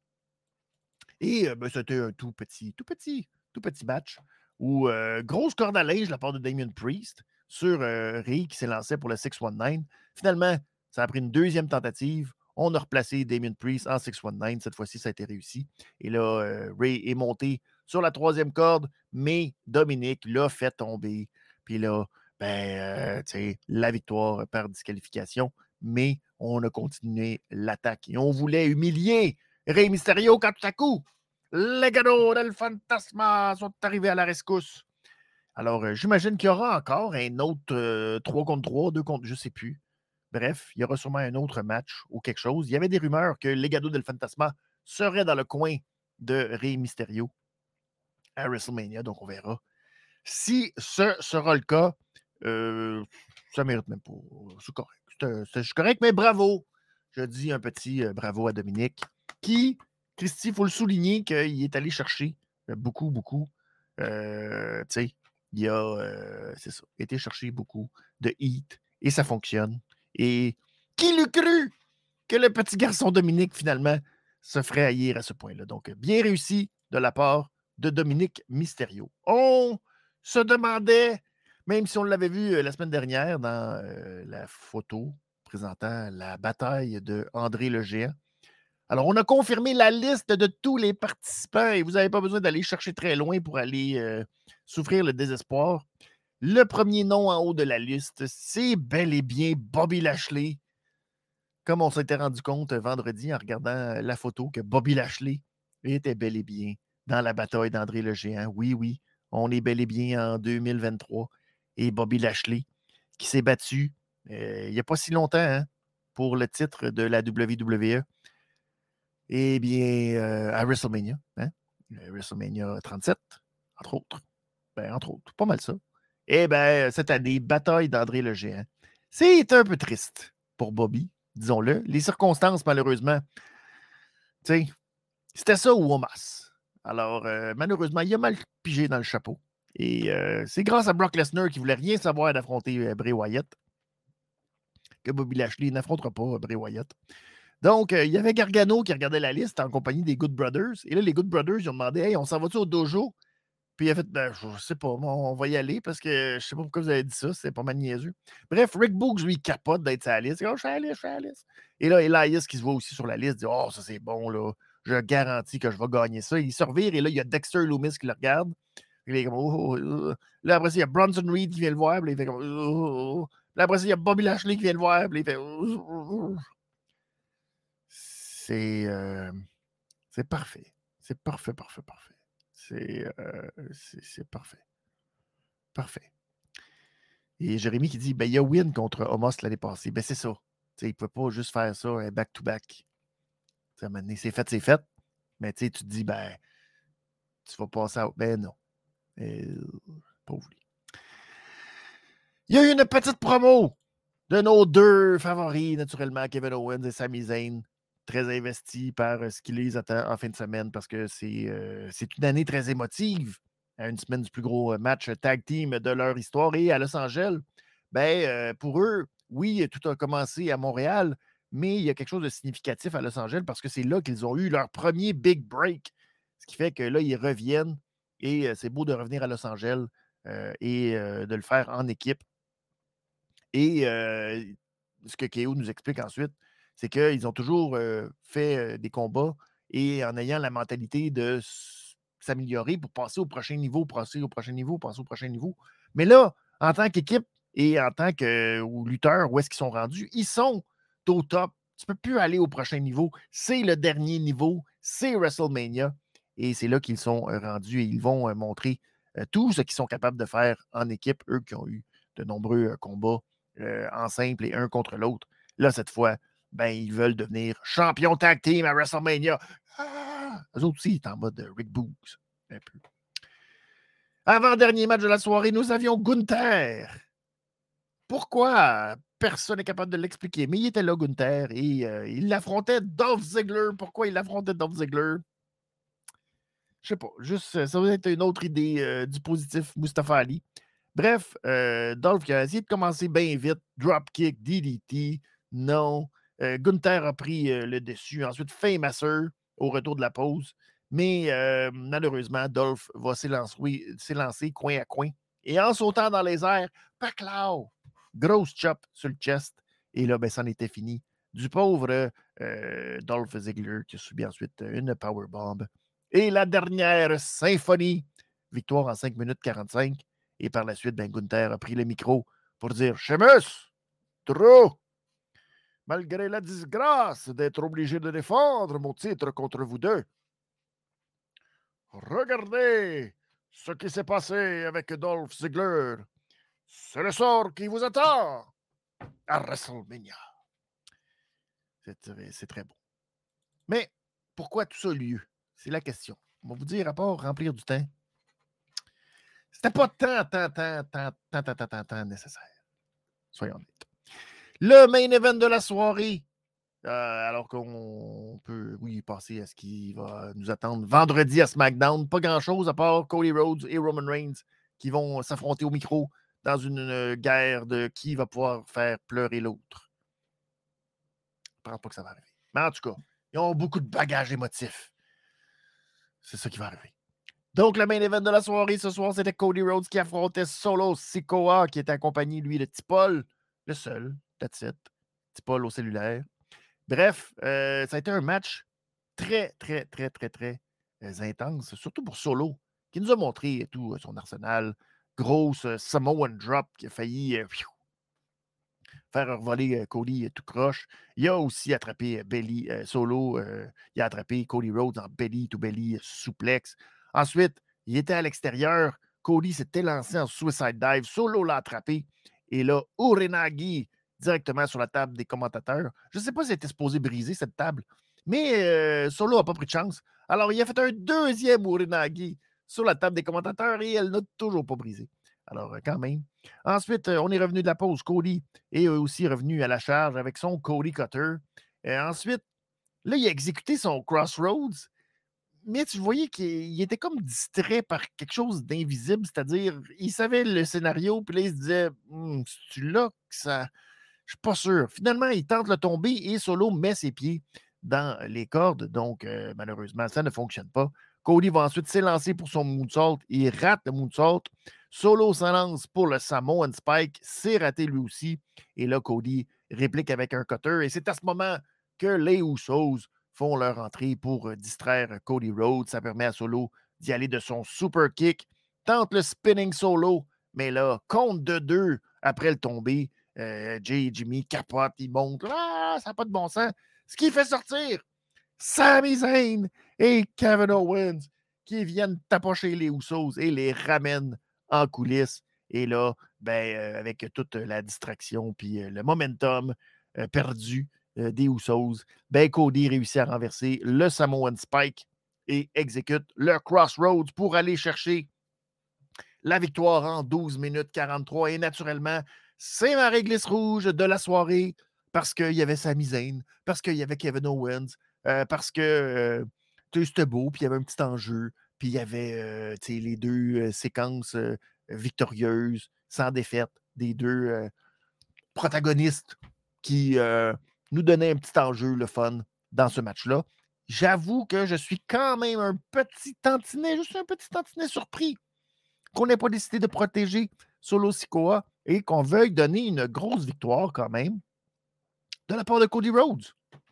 Et euh, ben, c'était un tout petit, tout petit, tout petit match où euh, grosse corde à linge de la part de Damien Priest sur euh, Rey qui s'est lancé pour le six dix-neuf. Finalement, ça a pris une deuxième tentative. On a replacé Damien Priest en six dix-neuf. Cette fois-ci, ça a été réussi. Et là, euh, Rey est monté sur la troisième corde, mais Dominique l'a fait tomber. Puis là, ben, euh, tu sais, la victoire par disqualification. Mais on a continué l'attaque et on voulait humilier Rey Mysterio quand tout à coup, les Legado del Fantasma sont arrivés à la rescousse. Alors, euh, j'imagine qu'il y aura encore un autre euh, trois contre trois, deux contre, je ne sais plus. Bref, il y aura sûrement un autre match ou quelque chose. Il y avait des rumeurs que Legado del Fantasma serait dans le coin de Rey Mysterio à WrestleMania, donc on verra. Si ce sera le cas, euh, ça ne mérite même pas. C'est correct. C'est, c'est, c'est correct, mais bravo. Je dis un petit euh, bravo à Dominique, qui, Christy, il faut le souligner qu'il est allé chercher beaucoup, beaucoup. Euh, tu sais, il a, euh, c'est ça, été chercher beaucoup de heat et ça fonctionne. Et qui l'eût cru que le petit garçon Dominique, finalement, se ferait haïr à ce point-là. Donc, bien réussi de la part de Dominique Mysterio. On se demandait, même si on l'avait vu la semaine dernière dans euh, la photo présentant la bataille de André le Géant. Alors, on a confirmé la liste de tous les participants et vous n'avez pas besoin d'aller chercher très loin pour aller euh, souffrir le désespoir. Le premier nom en haut de la liste, c'est bel et bien Bobby Lashley. Comme on s'était rendu compte vendredi en regardant la photo que Bobby Lashley était bel et bien dans la bataille d'André le Géant. Oui, oui, on est bel et bien en deux mille vingt-trois. Et Bobby Lashley, qui s'est battu euh, il n'y a pas si longtemps hein, pour le titre de la W W E, eh bien, euh, à WrestleMania, hein? WrestleMania trente-sept, entre autres. Ben, entre autres, pas mal ça. Eh bien, cette année, bataille d'André le Géant. C'est un peu triste pour Bobby, disons-le. Les circonstances, malheureusement, tu sais, c'était ça ou Omas. Alors, euh, malheureusement, il a mal pigé dans le chapeau. Et euh, c'est grâce à Brock Lesnar qui voulait rien savoir d'affronter euh, Bray Wyatt que Bobby Lashley n'affrontera pas euh, Bray Wyatt. Donc, euh, il y avait Gargano qui regardait la liste en compagnie des Good Brothers. Et là, les Good Brothers, ils ont demandé, hey, on s'en va-tu au dojo? Puis il a fait, ben, je sais pas, on va y aller parce que je sais pas pourquoi vous avez dit ça, c'est pas mal niaiseux. Bref, Rick Boogs, lui, capote d'être sur la liste. Il dit, oh, je suis à la liste, je suis à la liste. Et là, Elias, qui se voit aussi sur la liste, dit, oh, ça c'est bon, là. Je garantis que je vais gagner ça. Il se revire et là, il y a Dexter Loomis qui le regarde. Il est comme, oh, oh, oh. Là, après ça, il y a Bronson Reed qui vient le voir. Puis il fait comme, oh, oh, oh. Là, après ça, il y a Bobby Lashley qui vient le voir. Puis il fait, oh, oh, oh. C'est, euh, c'est parfait. C'est parfait, parfait, parfait. C'est, euh, c'est, c'est parfait. Parfait. Et Jérémy qui dit, ben, il y a win contre Homos l'année passée. Ben, c'est ça. T'sais, il ne peut pas juste faire ça un back-to-back. À un moment donné, c'est fait, c'est fait. Mais tu te dis, ben, tu vas passer à... Ben non. Euh, pauvre lui. Il y a eu une petite promo de nos deux favoris, naturellement, Kevin Owens et Sami Zayn. Très investi par ce qui les attend en fin de semaine parce que c'est, euh, c'est une année très émotive. À une semaine du plus gros match tag team de leur histoire. Et à Los Angeles, ben, euh, pour eux, oui, tout a commencé à Montréal, mais il y a quelque chose de significatif à Los Angeles parce que c'est là qu'ils ont eu leur premier big break. Ce qui fait que là, ils reviennent et euh, c'est beau de revenir à Los Angeles euh, et euh, de le faire en équipe. Et euh, ce que K O nous explique ensuite, c'est qu'ils ont toujours euh, fait euh, des combats et en ayant la mentalité de s'améliorer pour passer au prochain niveau, passer au prochain niveau, passer au prochain niveau. Mais là, en tant qu'équipe et en tant que ou lutteurs, où est-ce qu'ils sont rendus? Ils sont au top Tu ne peux plus aller au prochain niveau. C'est le dernier niveau. C'est WrestleMania. Et c'est là qu'ils sont rendus et ils vont euh, montrer euh, tout ce qu'ils sont capables de faire en équipe, eux qui ont eu de nombreux euh, combats euh, en simple et un contre l'autre. Là, cette fois, ben, ils veulent devenir champions tag team à WrestleMania. Ah! Eux autres aussi, ils sont en mode Rick Boogs. Un peu. Avant-dernier match de la soirée, nous avions Gunther. Pourquoi? Personne n'est capable de l'expliquer. Mais il était là, Gunther, et euh, il affrontait Dolph Ziggler. Pourquoi il affrontait Dolph Ziggler? Je sais pas. Juste, ça va être une autre idée euh, du positif Mustafa Ali. Bref, euh, Dolph qui a essayé de commencer bien vite. Dropkick, D D T. Non. Euh, Gunther a pris euh, le dessus. Ensuite, Famouser au retour de la pause. Mais euh, malheureusement, Dolph va s'élancer, s'élancer coin à coin. Et en sautant dans les airs, paclaw! Grosse chop sur le chest. Et là, ben, c'en était fini. Du pauvre euh, Dolph Ziggler qui a subi ensuite une powerbomb. Et la dernière symphonie, victoire en cinq minutes quarante-cinq. Et par la suite, ben, Gunther a pris le micro pour dire « Sheamus, trop! Malgré la disgrâce d'être obligé de défendre mon titre contre vous deux, regardez ce qui s'est passé avec Dolph Ziggler. C'est le sort qui vous attend à WrestleMania. » C'est, c'est très bon. Mais pourquoi tout ça a lieu? C'est la question. On va vous dire, à part remplir du temps, c'était pas tant, tant, tant, tant, tant, tant, tant, tant, tant nécessaire. Soyons honnêtes. Le main event de la soirée, euh, alors qu'on peut, oui, passer à ce qui va nous attendre vendredi à SmackDown. Pas grand-chose à part Cody Rhodes et Roman Reigns qui vont s'affronter au micro dans une guerre de qui va pouvoir faire pleurer l'autre. Je ne pense pas que ça va arriver. Mais en tout cas, ils ont beaucoup de bagages émotifs. C'est ça qui va arriver. Donc, le main event de la soirée ce soir, c'était Cody Rhodes qui affrontait Solo Sikoa, qui était accompagné, lui, de T-Paul, le seul, that's it. T-Paul au cellulaire. Bref, euh, ça a été un match très, très, très, très, très euh, intense, surtout pour Solo, qui nous a montré tout son arsenal. Grosse euh, Samoan drop qui a failli euh, faire revoler euh, Cody euh, tout croche. Il a aussi attrapé euh, Belly euh, Solo. Euh, il a attrapé Cody Rhodes en belly to belly euh, souplex. Ensuite, il était à l'extérieur. Cody s'était lancé en suicide dive. Solo l'a attrapé. Et là, Urenagi directement sur la table des commentateurs. Je ne sais pas si c'était supposé briser cette table, mais euh, Solo n'a pas pris de chance. Alors, il a fait un deuxième Urenagi sur la table des commentateurs et elle n'a toujours pas brisé. Alors, quand même. Ensuite, on est revenu de la pause. Cody est aussi revenu à la charge avec son Cody Cutter. Et ensuite, là, il a exécuté son Crossroads, mais tu voyais qu'il était comme distrait par quelque chose d'invisible, c'est-à-dire, il savait le scénario, puis là, il se disait, hm, c'est-tu là que ça. Je suis pas sûr. Finalement, il tente le tomber et Solo met ses pieds dans les cordes. Donc, euh, malheureusement, ça ne fonctionne pas. Cody va ensuite s'élancer pour son moonsault. Il rate le moonsault. Solo s'élance pour le Samoan Spike. C'est raté lui aussi. Et là, Cody réplique avec un cutter. Et c'est à ce moment que les Usos font leur entrée pour euh, distraire Cody Rhodes. Ça permet à Solo d'y aller de son super kick. Tente le spinning solo. Mais là, compte de deux après le tombé. Euh, Jay et Jimmy capotent, ils montent. Ah, ça n'a pas de bon sens. Ce qui fait sortir Sami Zayn et Kevin Owens qui viennent tapocher les Usos et les ramènent en coulisses. Et là, ben, euh, avec toute la distraction puis euh, le momentum euh, perdu euh, des Usos, ben, Cody réussit à renverser le Samoan Spike et exécute le Crossroads pour aller chercher la victoire en douze minutes quarante-trois. Et naturellement, c'est ma réglisse rouge de la soirée parce qu'il y avait Sami Zayn, parce qu'il y avait Kevin Owens, euh, parce que euh, c'était beau, puis il y avait un petit enjeu, puis il y avait euh, les deux euh, séquences euh, victorieuses, sans défaite, des deux euh, protagonistes qui euh, nous donnaient un petit enjeu, le fun, dans ce match-là. J'avoue que je suis quand même un petit tantinet, juste un petit tantinet surpris qu'on n'ait pas décidé de protéger Solo Sikoa et qu'on veuille donner une grosse victoire quand même de la part de Cody Rhodes.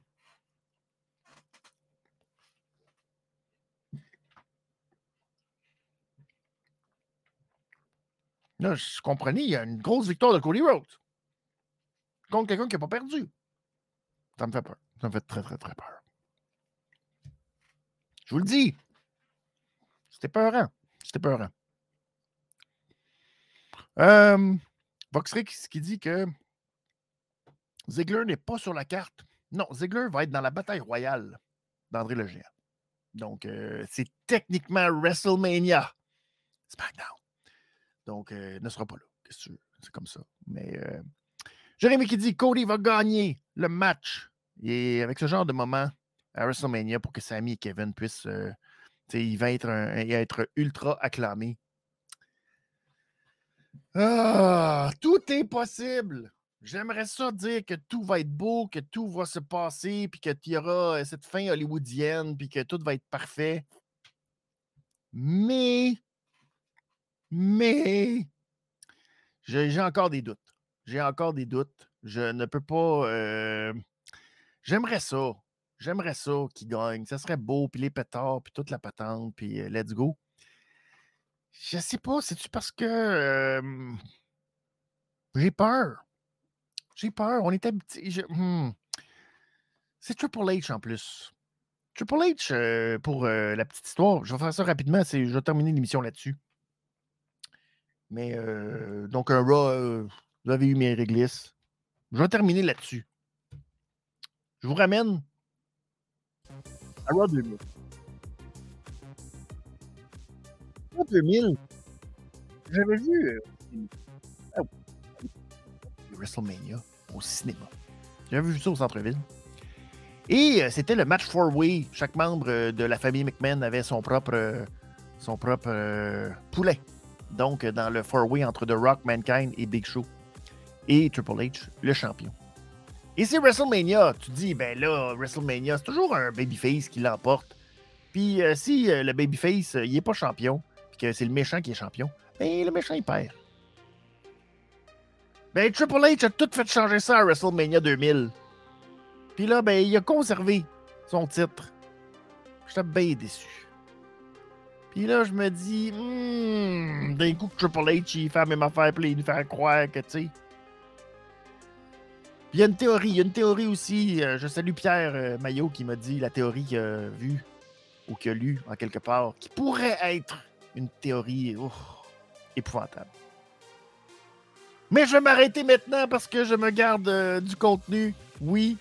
Là, je comprenais, il y a une grosse victoire de Cody Rhodes contre quelqu'un qui n'a pas perdu. Ça me fait peur. Ça me fait très, très, très peur. Je vous le dis. C'était peurant. C'était peurant. Euh, Voxric qui dit que Ziggler n'est pas sur la carte. Non, Ziggler va être dans la bataille royale d'André le Géant. Donc, euh, c'est techniquement WrestleMania. SmackDown. Donc, euh, ne sera pas là. Qu'est-ce que c'est comme ça. Mais euh, Jérémy qui dit Cody va gagner le match. Et avec ce genre de moment à WrestleMania pour que Sami et Kevin puissent. Euh, il va être, un, être ultra acclamé. Ah, tout est possible. J'aimerais ça dire que tout va être beau, que tout va se passer, puis qu'il y aura cette fin hollywoodienne, puis que tout va être parfait. Mais, mais, j'ai, j'ai encore des doutes. J'ai encore des doutes. Je ne peux pas... Euh, j'aimerais ça. J'aimerais ça qu'il gagne. Ça serait beau, puis les pétards, puis toute la patente, puis uh, let's go. Je sais pas, c'est-tu parce que euh, j'ai peur? J'ai peur. On est habitué. Je... Hmm. C'est Triple H en plus. Triple H, euh, pour euh, la petite histoire, je vais faire ça rapidement. C'est... Je vais terminer l'émission là-dessus. Mais euh, donc, un Raw, euh, vous avez eu mes réglisses. Je vais terminer là-dessus. Je vous ramène à Raw deux mille. Raw deux mille, j'avais vu euh, oh, WrestleMania au cinéma. J'avais vu ça au centre-ville. Et euh, c'était le match four-way. Chaque membre euh, de la famille McMahon avait son propre, euh, son propre euh, poulet. Donc, euh, dans le four-way entre The Rock, Mankind et Big Show. Et Triple H, le champion. Et c'est WrestleMania. Tu dis, ben là, WrestleMania, c'est toujours un babyface qui l'emporte. Puis euh, si euh, le babyface, euh, il n'est pas champion, puis que c'est le méchant qui est champion, ben le méchant, il perd. Ben Triple H a tout fait changer ça à WrestleMania deux mille. Puis là, ben, il a conservé son titre. J'étais bien déçu. Puis là, je me dis, hmm, d'un coup, Triple H, il fait la même affaire, puis il nous fait croire que, tu sais. Puis il y a une théorie, il y a une théorie aussi. Euh, je salue Pierre euh, Maillot qui m'a dit la théorie qu'il a vue ou qu'il a lue en quelque part, qui pourrait être une théorie oh, épouvantable. Mais je vais m'arrêter maintenant parce que je me garde euh, du contenu. Oui,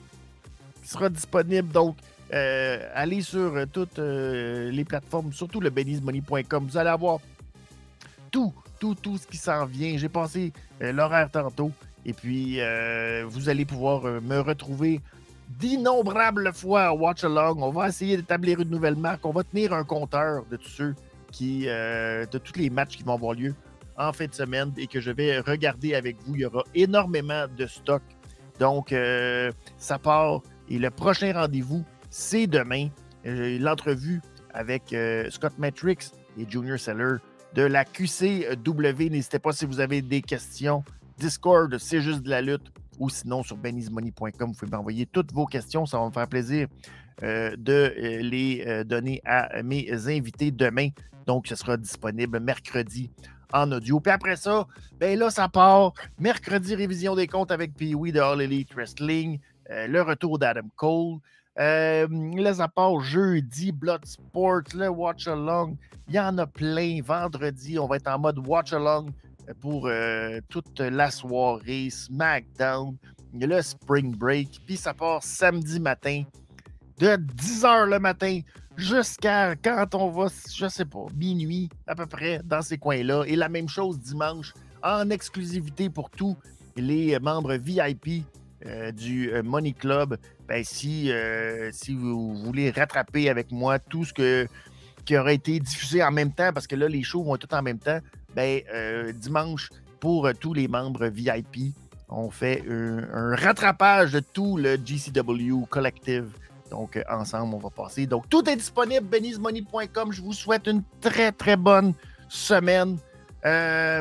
qui sera disponible. Donc, euh, allez sur euh, toutes euh, les plateformes, surtout le benny's money point com. Vous allez avoir tout, tout, tout ce qui s'en vient. J'ai passé euh, l'horaire tantôt. Et puis, euh, vous allez pouvoir euh, me retrouver d'innombrables fois à Watch Along. On va essayer d'établir une nouvelle marque. On va tenir un compteur de tous ceux qui, euh, de tous les matchs qui vont avoir lieu en fin de semaine et que je vais regarder avec vous. Il y aura énormément de stock. Donc, euh, ça part. Et le prochain rendez-vous, c'est demain. Euh, l'entrevue avec euh, Scott Matrix et Junior Seller de la Q C W. N'hésitez pas si vous avez des questions. Discord, c'est juste de la lutte. Ou sinon, sur benny's money point com, vous pouvez m'envoyer toutes vos questions. Ça va me faire plaisir euh, de euh, les euh, donner à mes invités demain. Donc, ce sera disponible mercredi en audio. Puis après ça, ben là, ça part. Mercredi, révision des comptes avec Pee-Wee de All Elite Wrestling. Euh, le retour d'Adam Cole. Euh, là, ça part jeudi, Bloodsport, le Watch Along. Il y en a plein. Vendredi, on va être en mode Watch Along pour euh, toute la soirée. SmackDown, le Spring Break. Puis ça part samedi matin de dix heures le matin jusqu'à quand on va, je sais pas, minuit à peu près dans ces coins-là. Et la même chose dimanche en exclusivité pour tous les membres V I P euh, du Money Club. Ben, si, euh, si vous voulez rattraper avec moi tout ce que, qui aura été diffusé en même temps, parce que là, les shows vont tout en même temps, ben, euh, dimanche, pour euh, tous les membres V I P, on fait un, un rattrapage de tout le G C W Collective. Donc, euh, ensemble, on va passer. Donc, tout est disponible, benny's money point com. Je vous souhaite une très, très bonne semaine. Euh,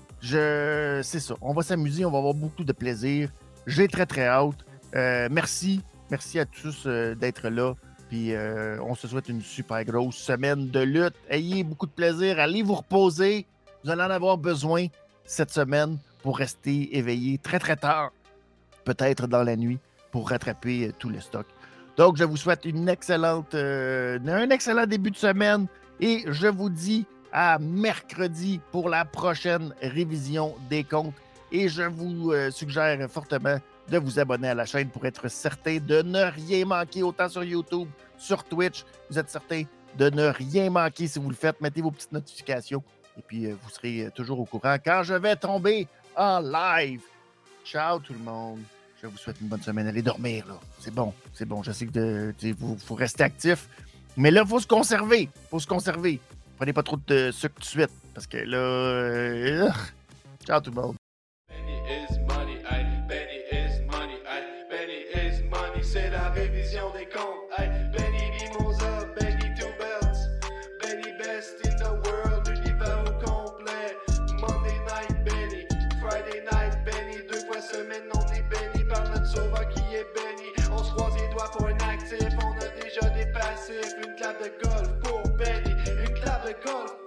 je, c'est ça. On va s'amuser. On va avoir beaucoup de plaisir. J'ai très, très hâte. Euh, merci. Merci à tous euh, d'être là. Puis, euh, on se souhaite une super grosse semaine de lutte. Ayez beaucoup de plaisir. Allez vous reposer. Vous allez en avoir besoin cette semaine pour rester éveillé très, très tard. Peut-être dans la nuit. pour rattraper euh, tout le stock. Donc, je vous souhaite une excellente, euh, un excellent début de semaine et je vous dis à mercredi pour la prochaine révision des comptes. Et je vous euh, suggère fortement de vous abonner à la chaîne pour être certain de ne rien manquer, autant sur YouTube, sur Twitch. Vous êtes certain de ne rien manquer si vous le faites. Mettez vos petites notifications et puis euh, vous serez euh, toujours au courant quand je vais tomber en live. Ciao tout le monde. Je vous souhaite une bonne semaine. Allez dormir, là. C'est bon, c'est bon. Je sais que vous faut rester actif. Mais là, il faut se conserver. Il faut se conserver. Prenez pas trop de sucre tout de suite. Parce que là... Euh... Ciao tout le monde. Benny is money, aïe. Benny is money, aïe. Benny is money, c'est la révision des comptes, aïe. Benny Mimosa, Benny Two Belts. Benny best in the world, l'univers au complet. Monday night, Benny. Friday night, Benny. Deux fois semaine, on est béni par notre sauveur qui est béni. On se croise les doigts pour un actif, on a déjà des passifs. Une clave de golf pour Benny, une clave de golf